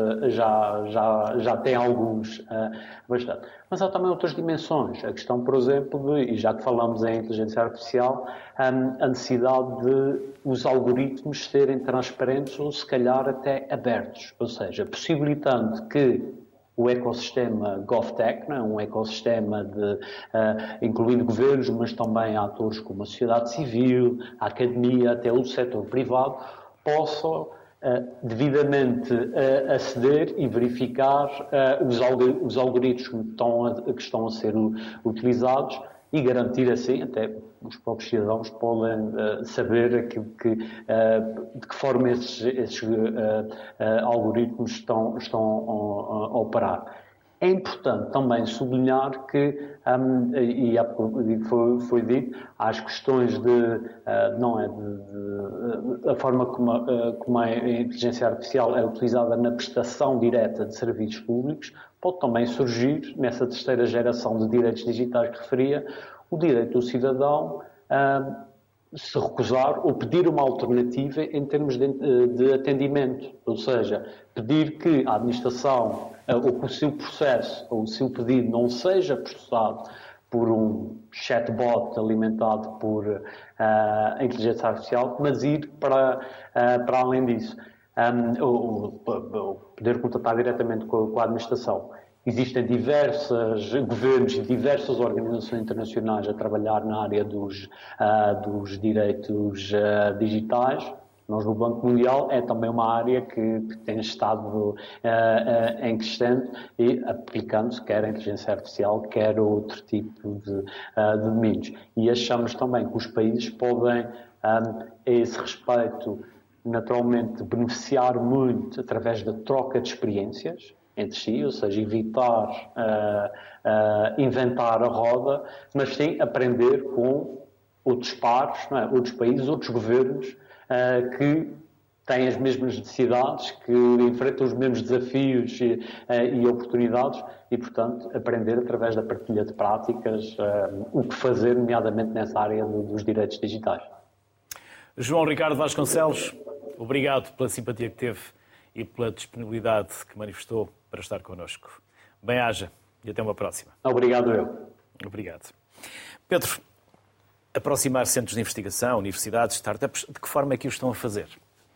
já tem alguns bastante. Mas há também outras dimensões. A questão, por exemplo, e já que falamos em inteligência artificial, a necessidade de os algoritmos serem transparentes ou, se calhar, até abertos. Ou seja, possibilitando que o ecossistema GovTech, não é? Um ecossistema incluindo governos, mas também atores como a sociedade civil, a academia, até o setor privado, possam devidamente aceder e verificar os algoritmos que estão a ser utilizados e garantir assim, até os próprios cidadãos podem saber de que forma esses algoritmos estão a operar. É importante também sublinhar que, e foi dito, há as questões a forma como a inteligência artificial é utilizada na prestação direta de serviços públicos, pode também surgir, nessa terceira geração de direitos digitais que referia, o direito do cidadão se recusar ou pedir uma alternativa em termos de atendimento. Ou seja, pedir que a administração ou que o seu processo ou o seu pedido não seja processado por um chatbot alimentado por a inteligência artificial, mas ir para além disso. Ou poder contatar diretamente com a administração. Existem diversos governos e diversas organizações internacionais a trabalhar na área dos direitos digitais. Nós, no Banco Mundial, é também uma área que tem estado em crescente e aplicando-se quer a inteligência artificial, quer outro tipo de domínios. E achamos também que os países podem, a esse respeito, naturalmente, beneficiar muito através da troca de experiências entre si, ou seja, evitar inventar a roda, mas sim aprender com outros pares, não é? Outros países, outros governos que têm as mesmas necessidades, que enfrentam os mesmos desafios e oportunidades e, portanto, aprender através da partilha de práticas o que fazer, nomeadamente nessa área dos direitos digitais. João Ricardo Vasconcelos, obrigado pela simpatia que teve e pela disponibilidade que manifestou para estar connosco. Bem-aja e até uma próxima. Obrigado eu. Obrigado. Pedro, aproximar centros de investigação, universidades, startups, de que forma é que o estão a fazer?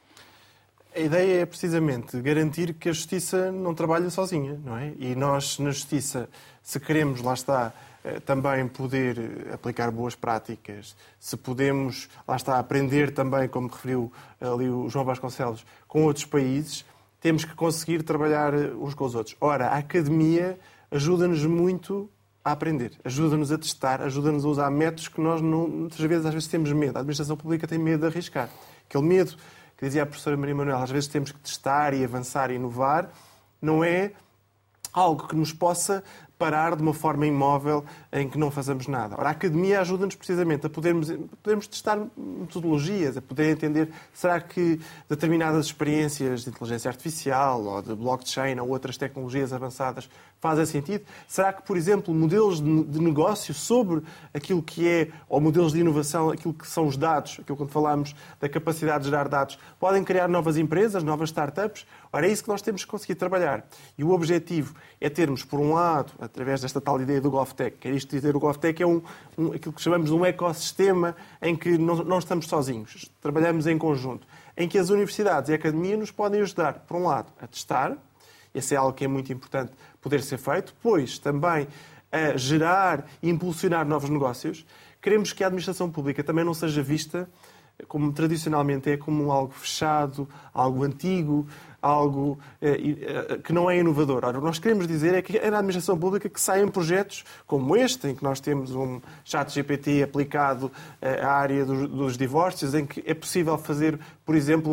A ideia é precisamente garantir que a justiça não trabalha sozinha, não é? E nós, na justiça, se queremos, lá está, também poder aplicar boas práticas, se podemos, lá está, aprender também, como referiu ali o João Vasconcelos, com outros países, temos que conseguir trabalhar uns com os outros. Ora, a academia ajuda-nos muito a aprender, ajuda-nos a testar, ajuda-nos a usar métodos que nós, muitas vezes, às vezes temos medo. A administração pública tem medo de arriscar. Aquele medo que dizia a professora Maria Manuela, às vezes temos que testar e avançar e inovar, não é algo que nos possa parar de uma forma imóvel em que não fazemos nada. Ora, a academia ajuda-nos precisamente a podermos testar metodologias, a poder entender, será que determinadas experiências de inteligência artificial ou de blockchain ou outras tecnologias avançadas fazem sentido? Será que, por exemplo, modelos de negócio sobre aquilo que é, ou modelos de inovação, aquilo que são os dados, aquilo quando falamos da capacidade de gerar dados, podem criar novas empresas, novas startups? Ora, é isso que nós temos que conseguir trabalhar. E o objetivo é termos, por um lado, através desta tal ideia do GovTech, quer isto dizer, o GovTech é aquilo que chamamos de um ecossistema em que não estamos sozinhos, trabalhamos em conjunto, em que as universidades e a academia nos podem ajudar, por um lado, a testar, esse é algo que é muito importante poder ser feito, depois também a gerar e impulsionar novos negócios. Queremos que a administração pública também não seja vista, como tradicionalmente é, como algo fechado, algo antigo, algo que não é inovador. Ora, o que nós queremos dizer é que é na administração pública que saem projetos como este, em que nós temos um ChatGPT aplicado à área dos divórcios, em que é possível fazer, por exemplo,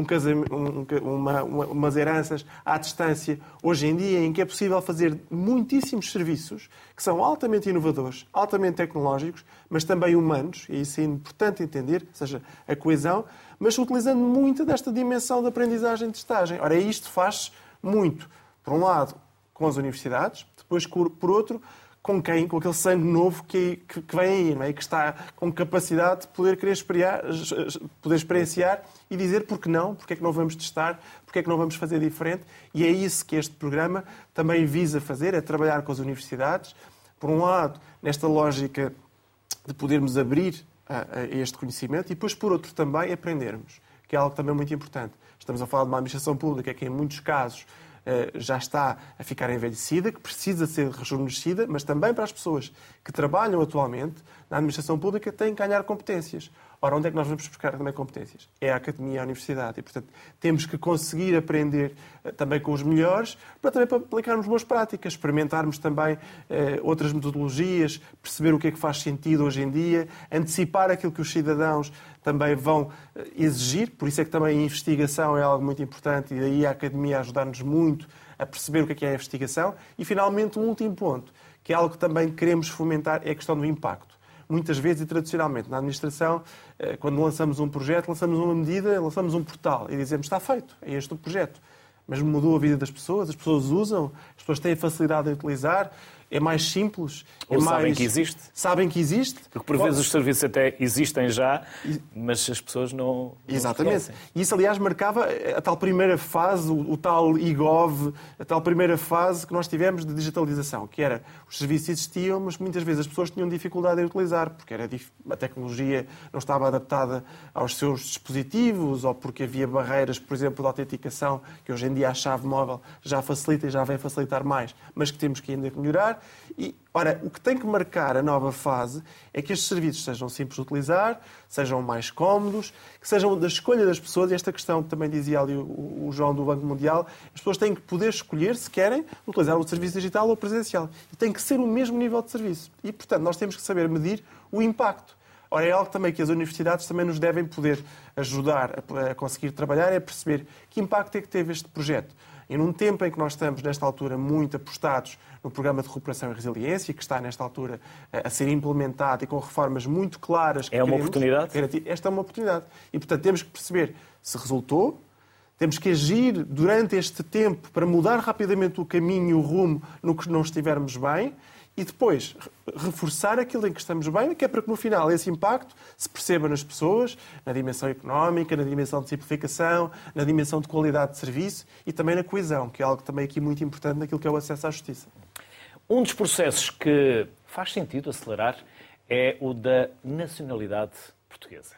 umas heranças à distância. Hoje em dia, em que é possível fazer muitíssimos serviços que são altamente inovadores, altamente tecnológicos, mas também humanos, e isso é importante entender, ou seja, a coesão, mas utilizando muito desta dimensão de aprendizagem e testagem. Ora, isto faz muito, por um lado, com as universidades, depois, por outro, com quem? Com aquele sangue novo que vem aí, não é? Que está com capacidade de poder experienciar e dizer porque não, porque é que não vamos testar, porque é que não vamos fazer diferente. E é isso que este programa também visa fazer, é trabalhar com as universidades, por um lado, nesta lógica de podermos abrir a este conhecimento e depois, por outro, também aprendermos, que é algo também muito importante. Estamos a falar de uma administração pública que, em muitos casos, já está a ficar envelhecida, que precisa ser rejuvenescida, mas também para as pessoas que trabalham atualmente na administração pública têm que ganhar competências. Ora, onde é que nós vamos buscar também competências? É a academia, a universidade. E, portanto, temos que conseguir aprender também com os melhores para aplicarmos boas práticas, experimentarmos também outras metodologias, perceber o que é que faz sentido hoje em dia, antecipar aquilo que os cidadãos também vão exigir. Por isso é que também a investigação é algo muito importante e daí a academia ajudar-nos muito a perceber o que é a investigação. E, finalmente, um último ponto, que é algo que também queremos fomentar, é a questão do impacto. Muitas vezes e tradicionalmente na administração, quando lançamos um projeto, lançamos uma medida, lançamos um portal e dizemos está feito, é este o projeto. Mas mudou a vida das pessoas, as pessoas usam, as pessoas têm facilidade em utilizar, é mais simples. Ou sabem que existe. Sabem que existe. Porque por vezes os serviços até existem já, mas as pessoas não Exatamente. E isso, aliás, marcava a tal primeira fase, o tal e-gov, a tal primeira fase que nós tivemos de digitalização, que era, os serviços existiam, mas muitas vezes as pessoas tinham dificuldade em utilizar, porque a tecnologia não estava adaptada aos seus dispositivos, ou porque havia barreiras, por exemplo, de autenticação, que hoje em dia a chave móvel já facilita e já vem facilitar mais, mas que temos que ainda melhorar. E, ora, o que tem que marcar a nova fase é que estes serviços sejam simples de utilizar, sejam mais cómodos, que sejam da escolha das pessoas. E esta questão que também dizia ali o João do Banco Mundial, as pessoas têm que poder escolher se querem utilizar o serviço digital ou presencial. E tem que ser o mesmo nível de serviço. E, portanto, nós temos que saber medir o impacto. Ora, é algo também que as universidades também nos devem poder ajudar a conseguir trabalhar, é perceber que impacto é que teve este projeto. E num tempo em que nós estamos, nesta altura, muito apostados no programa de recuperação e resiliência, que está, nesta altura, a ser implementado e com reformas muito claras. É uma oportunidade? Esta é uma oportunidade. E, portanto, temos que perceber se resultou, Temos que agir durante este tempo para mudar rapidamente o caminho e o rumo no que não estivermos bem e depois reforçar aquilo em que estamos bem, que é para que no final esse impacto se perceba nas pessoas, na dimensão económica, na dimensão de simplificação, na dimensão de qualidade de serviço e também na coesão, que é algo também aqui muito importante naquilo que é o acesso à justiça. Um dos processos que faz sentido acelerar é o da nacionalidade portuguesa.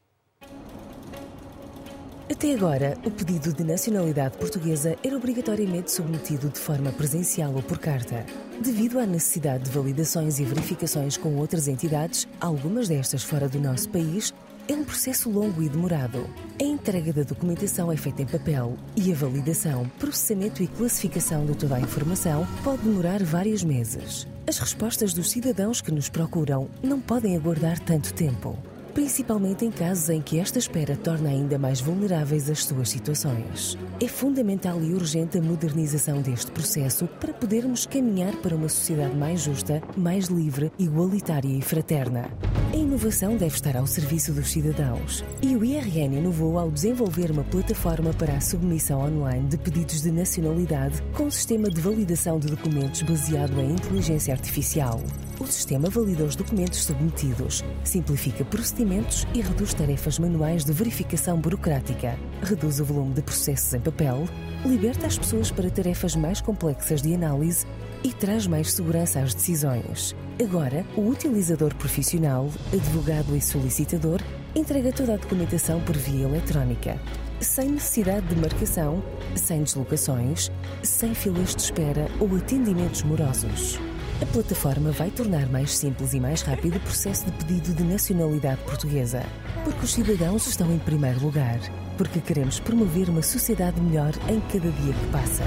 Até agora, o pedido de nacionalidade portuguesa era obrigatoriamente submetido de forma presencial ou por carta. Devido à necessidade de validações e verificações com outras entidades, algumas destas fora do nosso país, é um processo longo e demorado. A entrega da documentação é feita em papel e a validação, processamento e classificação de toda a informação pode demorar vários meses. As respostas dos cidadãos que nos procuram não podem aguardar tanto tempo, principalmente em casos em que esta espera torna ainda mais vulneráveis as suas situações. É fundamental e urgente a modernização deste processo para podermos caminhar para uma sociedade mais justa, mais livre, igualitária e fraterna. A inovação deve estar ao serviço dos cidadãos e o IRN inovou ao desenvolver uma plataforma para a submissão online de pedidos de nacionalidade com um sistema de validação de documentos baseado em inteligência artificial. O sistema valida os documentos submetidos, simplifica procedimentos e reduz tarefas manuais de verificação burocrática, reduz o volume de processos em papel, liberta as pessoas para tarefas mais complexas de análise e traz mais segurança às decisões. Agora, o utilizador profissional, advogado e solicitador entrega toda a documentação por via eletrónica, sem necessidade de marcação, sem deslocações, sem filas de espera ou atendimentos morosos. A plataforma vai tornar mais simples e mais rápido o processo de pedido de nacionalidade portuguesa, porque os cidadãos estão em primeiro lugar, porque queremos promover uma sociedade melhor em cada dia que passa.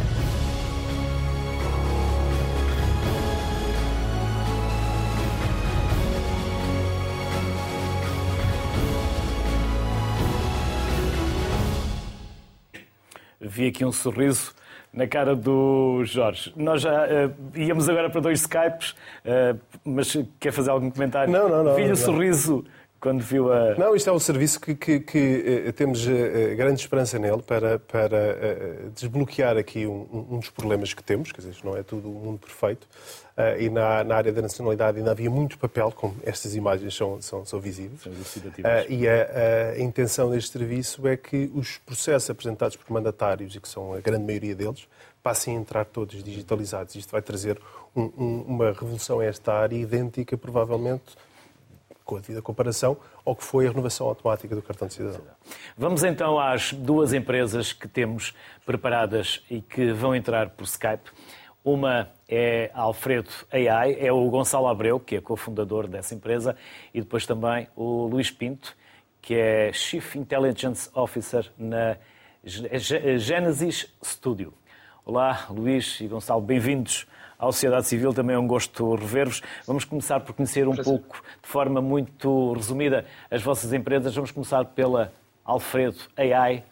Vi aqui um sorriso na cara do Jorge. Nós já íamos agora para 2 Skypes, mas quer fazer algum comentário? Não. Vi o sorriso quando viu a... Não, isto é um serviço que temos grande esperança nele para desbloquear aqui um dos problemas que temos, quer dizer, não é tudo um mundo perfeito, e na área da nacionalidade ainda havia muito papel, como estas imagens são visíveis. E a intenção deste serviço é que os processos apresentados por mandatários, e que são a grande maioria deles, passem a entrar todos digitalizados. Isto vai trazer uma revolução a esta área idêntica, provavelmente, com a devida comparação, ao que foi a renovação automática do cartão de cidadão. Vamos então às 2 empresas que temos preparadas e que vão entrar por Skype. Uma é a Alfredo AI, é o Gonçalo Abreu, que é cofundador dessa empresa, e depois também o Luís Pinto, que é Chief Intelligence Officer na Genesis Studio. Olá, Luís e Gonçalo, bem-vindos à Sociedade Civil, também é um gosto rever-vos. Vamos começar por conhecer um pouco, de forma muito resumida, as vossas empresas. Vamos começar pela Alfredo AI.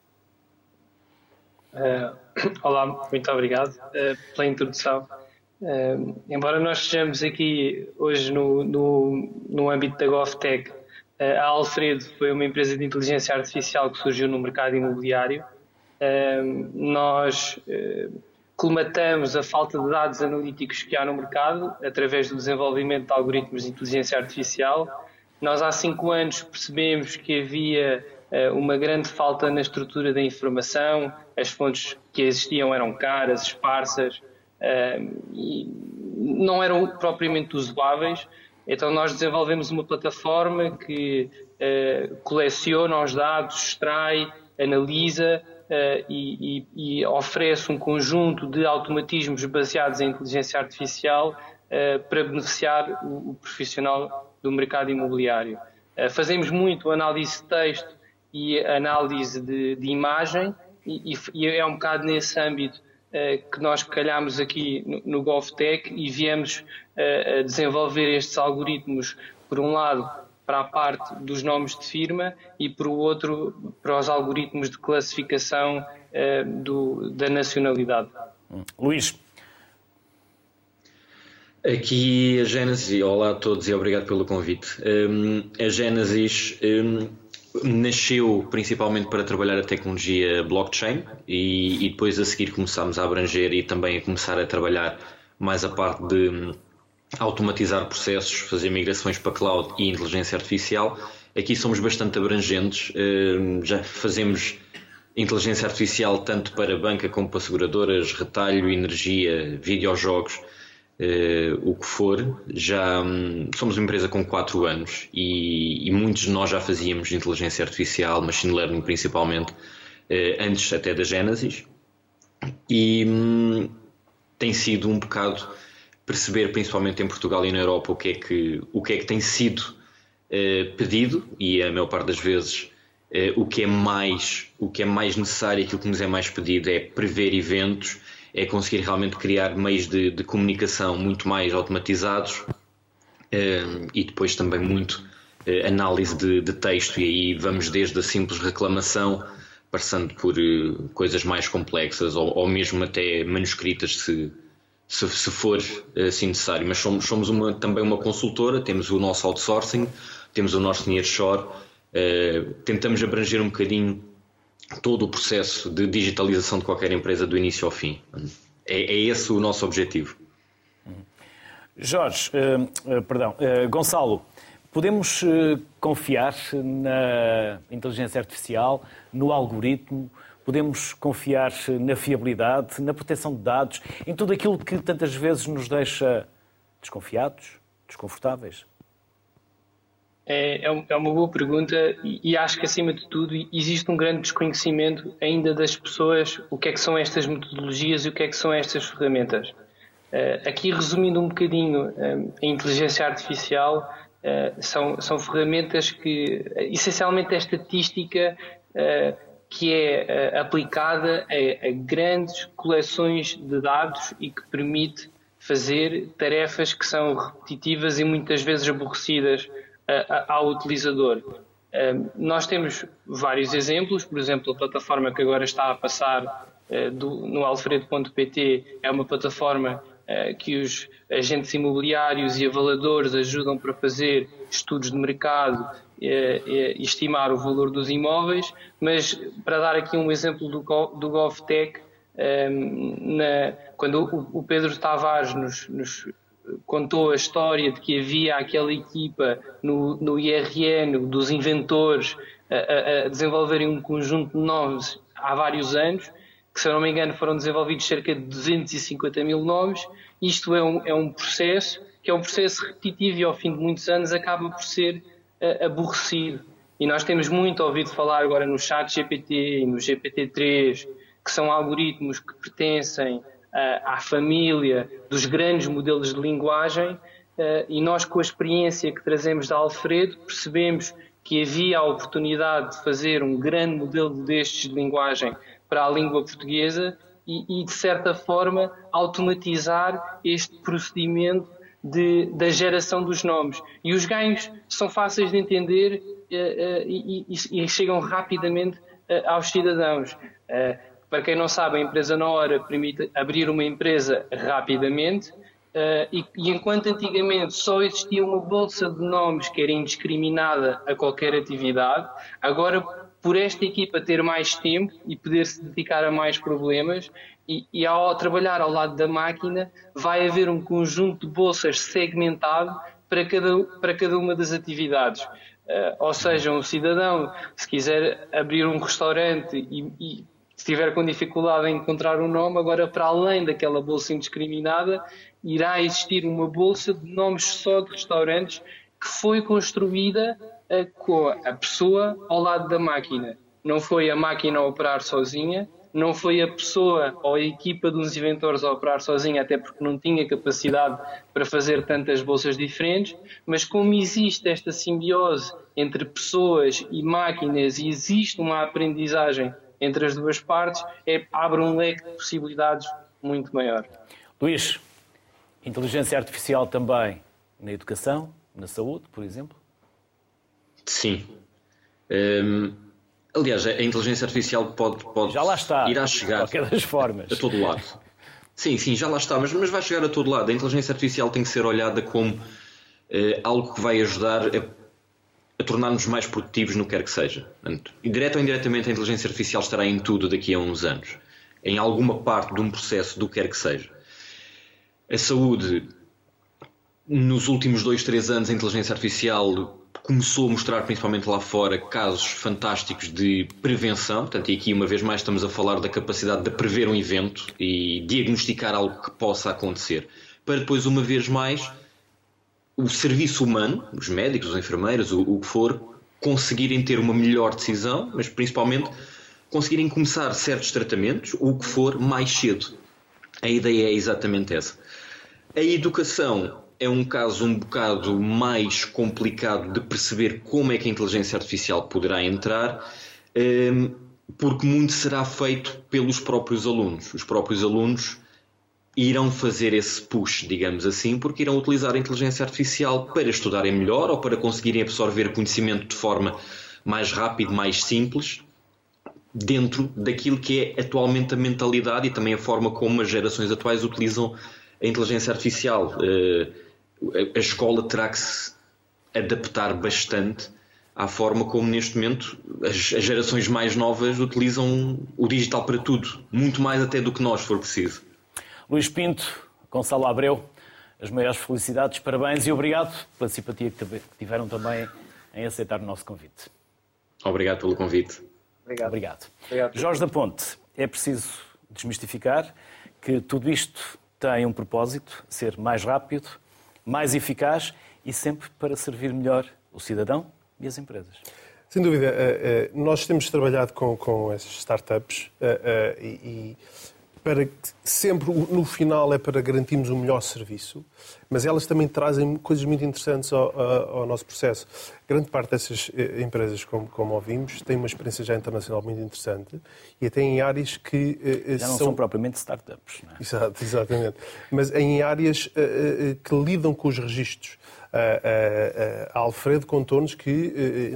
Olá, muito obrigado pela introdução. Embora nós estejamos aqui hoje no âmbito da GovTech, a Alfredo foi uma empresa de inteligência artificial que surgiu no mercado imobiliário. Nós colmatamos a falta de dados analíticos que há no mercado através do desenvolvimento de algoritmos de inteligência artificial. Nós há 5 anos percebemos que havia uma grande falta na estrutura da informação, as fontes que existiam eram caras, esparsas e não eram propriamente usuáveis. Então nós desenvolvemos uma plataforma que coleciona os dados, extrai, analisa e oferece um conjunto de automatismos baseados em inteligência artificial para beneficiar o profissional do mercado imobiliário. Fazemos muito análise de texto e análise de imagem e é um bocado nesse âmbito que nós calhamos aqui no GovTech e viemos a desenvolver estes algoritmos, por um lado, para a parte dos nomes de firma e, por outro, para os algoritmos de classificação da nacionalidade. Luís. Aqui a Genesis, olá a todos e obrigado pelo convite. A Genesis nasceu principalmente para trabalhar a tecnologia blockchain e depois a seguir começámos a abranger e também a começar a trabalhar mais a parte de automatizar processos, fazer migrações para cloud e inteligência artificial. Aqui somos bastante abrangentes, já fazemos inteligência artificial tanto para banca como para seguradoras, retalho, energia, videojogos, o que for. Já somos uma empresa com 4 anos e muitos de nós já fazíamos inteligência artificial, machine learning principalmente, antes até da Genesis, e tem sido um bocado perceber, principalmente em Portugal e na Europa, o que é que tem sido pedido, e a maior parte das vezes o que é mais necessário, aquilo que nos é mais pedido é prever eventos, é conseguir realmente criar meios de comunicação muito mais automatizados, e depois também muito análise de texto, e aí vamos desde a simples reclamação, passando por coisas mais complexas ou mesmo até manuscritas se for assim necessário. Mas somos também uma consultora, temos o nosso outsourcing, temos o nosso nearshore, tentamos abranger um bocadinho todo o processo de digitalização de qualquer empresa do início ao fim. É esse o nosso objetivo. Gonçalo, podemos confiar na inteligência artificial, no algoritmo? Podemos confiar na fiabilidade, na proteção de dados, em tudo aquilo que tantas vezes nos deixa desconfiados, desconfortáveis? É uma boa pergunta e acho que, acima de tudo, existe um grande desconhecimento ainda das pessoas, o que é que são estas metodologias e o que é que são estas ferramentas. Aqui, resumindo um bocadinho, a inteligência artificial são ferramentas que, essencialmente, a estatística que é aplicada a grandes coleções de dados e que permite fazer tarefas que são repetitivas e muitas vezes aborrecidas ao utilizador. Nós temos vários exemplos, por exemplo, a plataforma que agora está a passar no alfredo.pt é uma plataforma que os agentes imobiliários e avaliadores ajudam para fazer estudos de mercado e estimar o valor dos imóveis, mas para dar aqui um exemplo do GovTech, quando o Pedro Tavares nos contou a história de que havia aquela equipa no IRN dos inventores a desenvolverem um conjunto de nomes há vários anos, que, se eu não me engano, foram desenvolvidos cerca de 250 mil nomes. Isto é um processo que é um processo repetitivo e, ao fim de muitos anos, acaba por ser aborrecido. E nós temos muito ouvido falar agora no ChatGPT e no GPT-3, que são algoritmos que pertencem à família dos grandes modelos de linguagem, e nós, com a experiência que trazemos da Alfredo, percebemos que havia a oportunidade de fazer um grande modelo destes de linguagem para a língua portuguesa e de certa forma, automatizar este procedimento da geração dos nomes. E os ganhos são fáceis de entender e chegam rapidamente aos cidadãos. Para quem não sabe, a empresa na hora permite abrir uma empresa rapidamente, e enquanto antigamente só existia uma bolsa de nomes que era indiscriminada a qualquer atividade, agora, por esta equipa ter mais tempo e poder se dedicar a mais problemas, e ao trabalhar ao lado da máquina, vai haver um conjunto de bolsas segmentado para cada uma das atividades. Ou seja, um cidadão, se quiser abrir um restaurante e se estiver com dificuldade em encontrar um nome, agora, para além daquela bolsa indiscriminada, irá existir uma bolsa de nomes só de restaurantes que foi construída com a pessoa ao lado da máquina. Não foi a máquina a operar sozinha, não foi a pessoa ou a equipa dos inventores a operar sozinha, até porque não tinha capacidade para fazer tantas bolsas diferentes, mas como existe esta simbiose entre pessoas e máquinas e existe uma aprendizagem entre as duas partes, abre um leque de possibilidades muito maior. Luís, inteligência artificial também na educação, na saúde, por exemplo? Sim. Aliás, a inteligência artificial pode já lá está, irá chegar de qualquer das formas. A todo lado. Sim, já lá está, mas vai chegar a todo lado. A inteligência artificial tem que ser olhada como algo que vai ajudar a tornar-nos mais produtivos no que quer que seja. Portanto, direto ou indiretamente, a inteligência artificial estará em tudo daqui a uns anos, em alguma parte de um processo do que quer que seja. A saúde, nos últimos 2-3 anos, a inteligência artificial começou a mostrar, principalmente lá fora, casos fantásticos de prevenção. Portanto, e aqui, uma vez mais, estamos a falar da capacidade de prever um evento e diagnosticar algo que possa acontecer, para depois, uma vez mais, o serviço humano, os médicos, os enfermeiros, o que for, conseguirem ter uma melhor decisão, mas principalmente conseguirem começar certos tratamentos, o que for, mais cedo. A ideia é exatamente essa. A educação é um caso um bocado mais complicado de perceber como é que a inteligência artificial poderá entrar, porque muito será feito pelos próprios alunos. Os próprios alunos irão fazer esse push, digamos assim, porque irão utilizar a inteligência artificial para estudarem melhor ou para conseguirem absorver conhecimento de forma mais rápida, mais simples, dentro daquilo que é atualmente a mentalidade e também a forma como as gerações atuais utilizam a inteligência artificial. A escola terá que se adaptar bastante à forma como, neste momento, as gerações mais novas utilizam o digital para tudo, muito mais até do que nós, se for preciso. Luís Pinto, Gonçalo Abreu, as maiores felicidades, parabéns e obrigado pela simpatia que tiveram também em aceitar o nosso convite. Obrigado pelo convite. Obrigado. Jorge da Ponte, é preciso desmistificar que tudo isto tem um propósito, ser mais rápido, mais eficaz e sempre para servir melhor o cidadão e as empresas. Sem dúvida. Nós temos trabalhado com essas startups e para que sempre, no final, é para garantirmos um melhor serviço, mas elas também trazem coisas muito interessantes ao nosso processo. Grande parte dessas empresas, como ouvimos, têm uma experiência já internacional muito interessante e até em áreas que já não são propriamente startups, não é? Exatamente. Mas em áreas que lidam com os registros. A Alfredo contou-nos que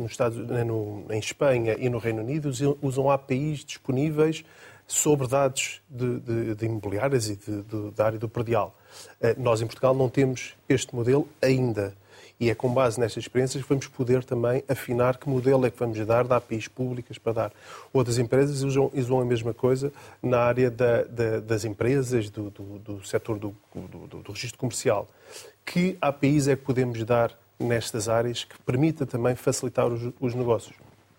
em Espanha e no Reino Unido usam APIs disponíveis sobre dados de imobiliárias e da área do predial. Nós, em Portugal, não temos este modelo ainda. E é com base nestas experiências que vamos poder também afinar que modelo é que vamos dar de APIs públicas para dar. Outras empresas usam a mesma coisa na área das empresas, do setor do registro comercial. Que APIs é que podemos dar nestas áreas que permita também facilitar os negócios?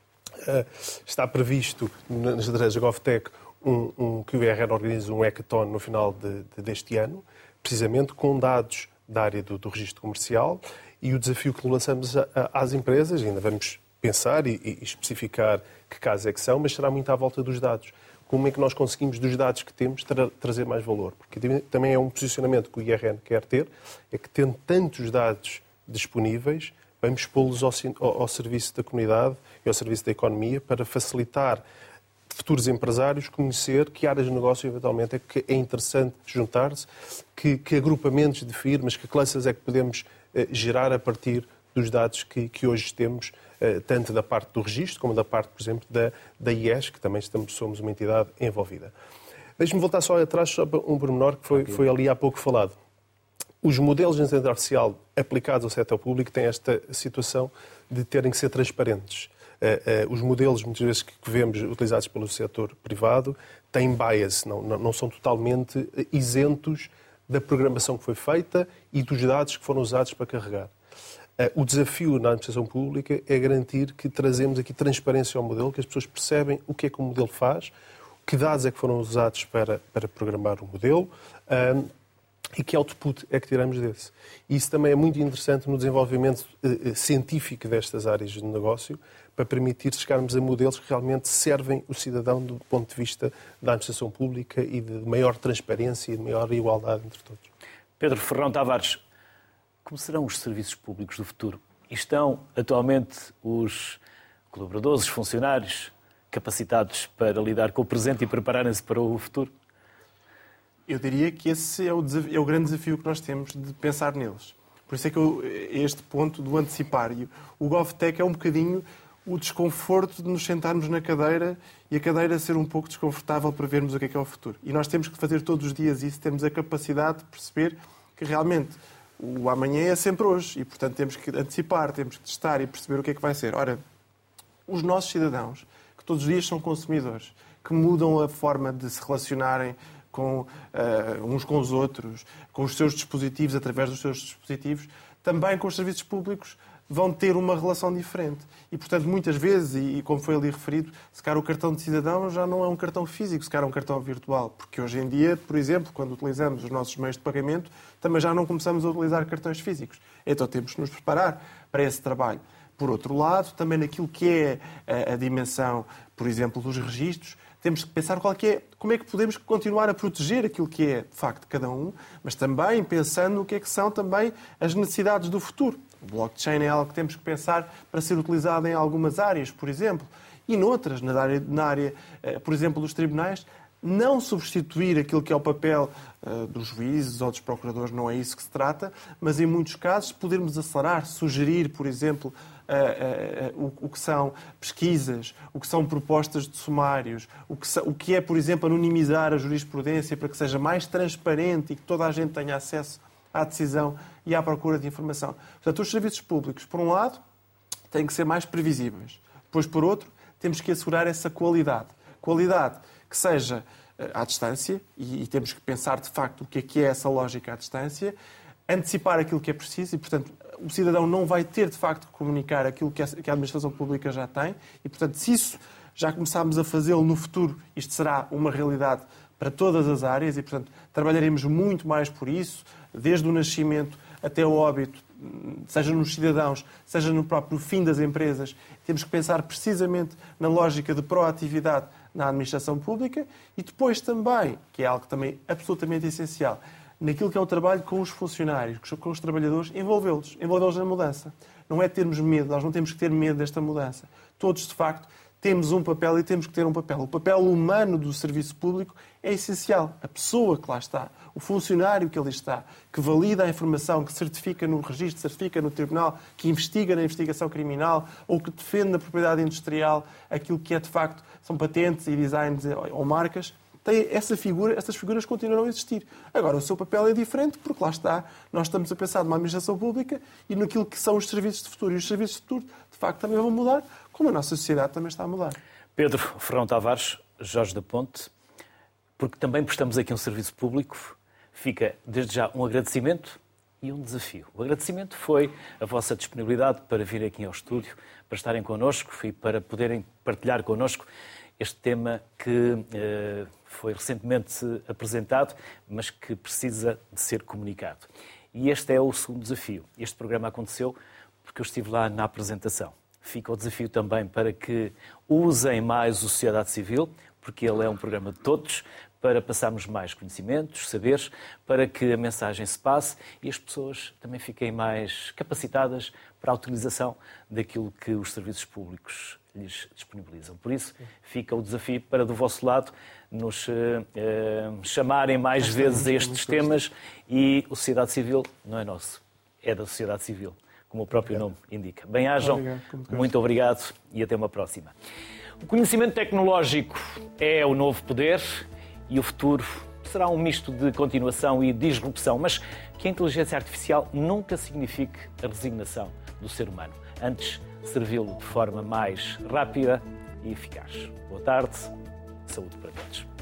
Está previsto nas estratégias GovTech que o IRN organiza um hackathon no final deste ano, precisamente com dados da área do registro comercial, e o desafio que lançamos às empresas, ainda vamos pensar e especificar que casos é que são, mas será muito à volta dos dados. Como é que nós conseguimos, dos dados que temos, trazer mais valor? Porque também é um posicionamento que o IRN quer ter, é que tendo tantos dados disponíveis, vamos pô-los ao serviço da comunidade e ao serviço da economia para facilitar futuros empresários conhecer que áreas de negócio, eventualmente, é interessante juntar-se, que agrupamentos de firmas, que clusters é que podemos gerar a partir dos dados que hoje temos, tanto da parte do registro como da parte, por exemplo, da IES, que também somos uma entidade envolvida. Deixe-me voltar só atrás, só para um pormenor que foi ali há pouco falado. Os modelos de inteligência artificial aplicados ao setor público têm esta situação de terem que ser transparentes. Os modelos, muitas vezes, que vemos utilizados pelo setor privado têm bias, não são totalmente isentos da programação que foi feita e dos dados que foram usados para carregar. O desafio na administração pública é garantir que trazemos aqui transparência ao modelo, que as pessoas percebem o que é que o modelo faz, que dados é que foram usados para programar o modelo e que output é que tiramos desse. E isso também é muito interessante no desenvolvimento científico destas áreas de negócio, para permitir chegarmos a modelos que realmente servem o cidadão do ponto de vista da administração pública e de maior transparência e de maior igualdade entre todos. Pedro Ferrão Tavares, como serão os serviços públicos do futuro? E estão atualmente os colaboradores, os funcionários, capacitados para lidar com o presente e prepararem-se para o futuro? Eu diria que esse é o grande desafio que nós temos de pensar neles. Por isso é que este ponto do antecipar. O GovTech é um bocadinho o desconforto de nos sentarmos na cadeira e a cadeira ser um pouco desconfortável para vermos o que é o futuro. E nós temos que fazer todos os dias isso, temos a capacidade de perceber que realmente o amanhã é sempre hoje e, portanto, temos que antecipar, temos que testar e perceber o que é que vai ser. Ora, os nossos cidadãos, que todos os dias são consumidores, que mudam a forma de se relacionarem com uns com os outros, com os seus dispositivos, através dos seus dispositivos, também com os serviços públicos, vão ter uma relação diferente. E, portanto, muitas vezes, e como foi ali referido, se calhar o cartão de cidadão já não é um cartão físico, se calhar é um cartão virtual. Porque hoje em dia, por exemplo, quando utilizamos os nossos meios de pagamento, também já não começamos a utilizar cartões físicos. Então temos que nos preparar para esse trabalho. Por outro lado, também naquilo que é a dimensão, por exemplo, dos registros, temos que pensar como é que podemos continuar a proteger aquilo que é, de facto, cada um, mas também pensando no que é que são também as necessidades do futuro. O blockchain é algo que temos que pensar para ser utilizado em algumas áreas, por exemplo, e noutras, na área, por exemplo, dos tribunais, não substituir aquilo que é o papel dos juízes ou dos procuradores, não é isso que se trata, mas em muitos casos podermos acelerar, sugerir, por exemplo, o que são pesquisas, o que são propostas de sumários, o que é, por exemplo, anonimizar a jurisprudência para que seja mais transparente e que toda a gente tenha acesso à decisão e à procura de informação. Portanto, os serviços públicos, por um lado, têm que ser mais previsíveis. Depois, por outro, temos que assegurar essa qualidade. Qualidade que seja à distância, e temos que pensar, de facto, o que é essa lógica à distância, antecipar aquilo que é preciso e, portanto, o cidadão não vai ter, de facto, que comunicar aquilo que a administração pública já tem e, portanto, se isso já começarmos a fazê-lo no futuro, isto será uma realidade para todas as áreas e, portanto, trabalharemos muito mais por isso, desde o nascimento até o óbito, seja nos cidadãos, seja no próprio fim das empresas. Temos que pensar precisamente na lógica de proatividade na administração pública e depois também, que é algo também absolutamente essencial, naquilo que é o trabalho com os funcionários, com os trabalhadores, envolvê-los na mudança. Não é termos medo, nós não temos que ter medo desta mudança. Todos, de facto, temos um papel e temos que ter um papel. O papel humano do serviço público é essencial. A pessoa que lá está, o funcionário que ali está, que valida a informação, que certifica no registro, certifica no tribunal, que investiga na investigação criminal ou que defende na propriedade industrial aquilo que é, de facto, são patentes e designs ou marcas, essas figuras continuam a existir. Agora, o seu papel é diferente porque lá está, nós estamos a pensar numa administração pública e naquilo que são os serviços de futuro. E os serviços de futuro, de facto, também vão mudar, como a nossa sociedade também está a mudar. Pedro Ferrão Tavares, Jorge da Ponte, porque também prestamos aqui um serviço público, fica desde já um agradecimento e um desafio. O agradecimento foi a vossa disponibilidade para vir aqui ao estúdio, para estarem connosco e para poderem partilhar connosco este tema que foi recentemente apresentado, mas que precisa de ser comunicado. E este é o segundo desafio. Este programa aconteceu porque eu estive lá na apresentação. Fica o desafio também para que usem mais a sociedade civil, porque ele é um programa de todos, para passarmos mais conhecimentos, saberes, para que a mensagem se passe e as pessoas também fiquem mais capacitadas para a utilização daquilo que os serviços públicos lhes disponibilizam. Por isso, fica o desafio para, do vosso lado, nos chamarem mais vezes a estes temas e a sociedade civil não é nosso, é da sociedade civil, como o próprio nome indica. Bem-ajam, muito obrigado e até uma próxima. O conhecimento tecnológico é o novo poder e o futuro será um misto de continuação e disrupção, mas que a inteligência artificial nunca signifique a resignação do ser humano. Antes, servi-lo de forma mais rápida e eficaz. Boa tarde, saúde para todos.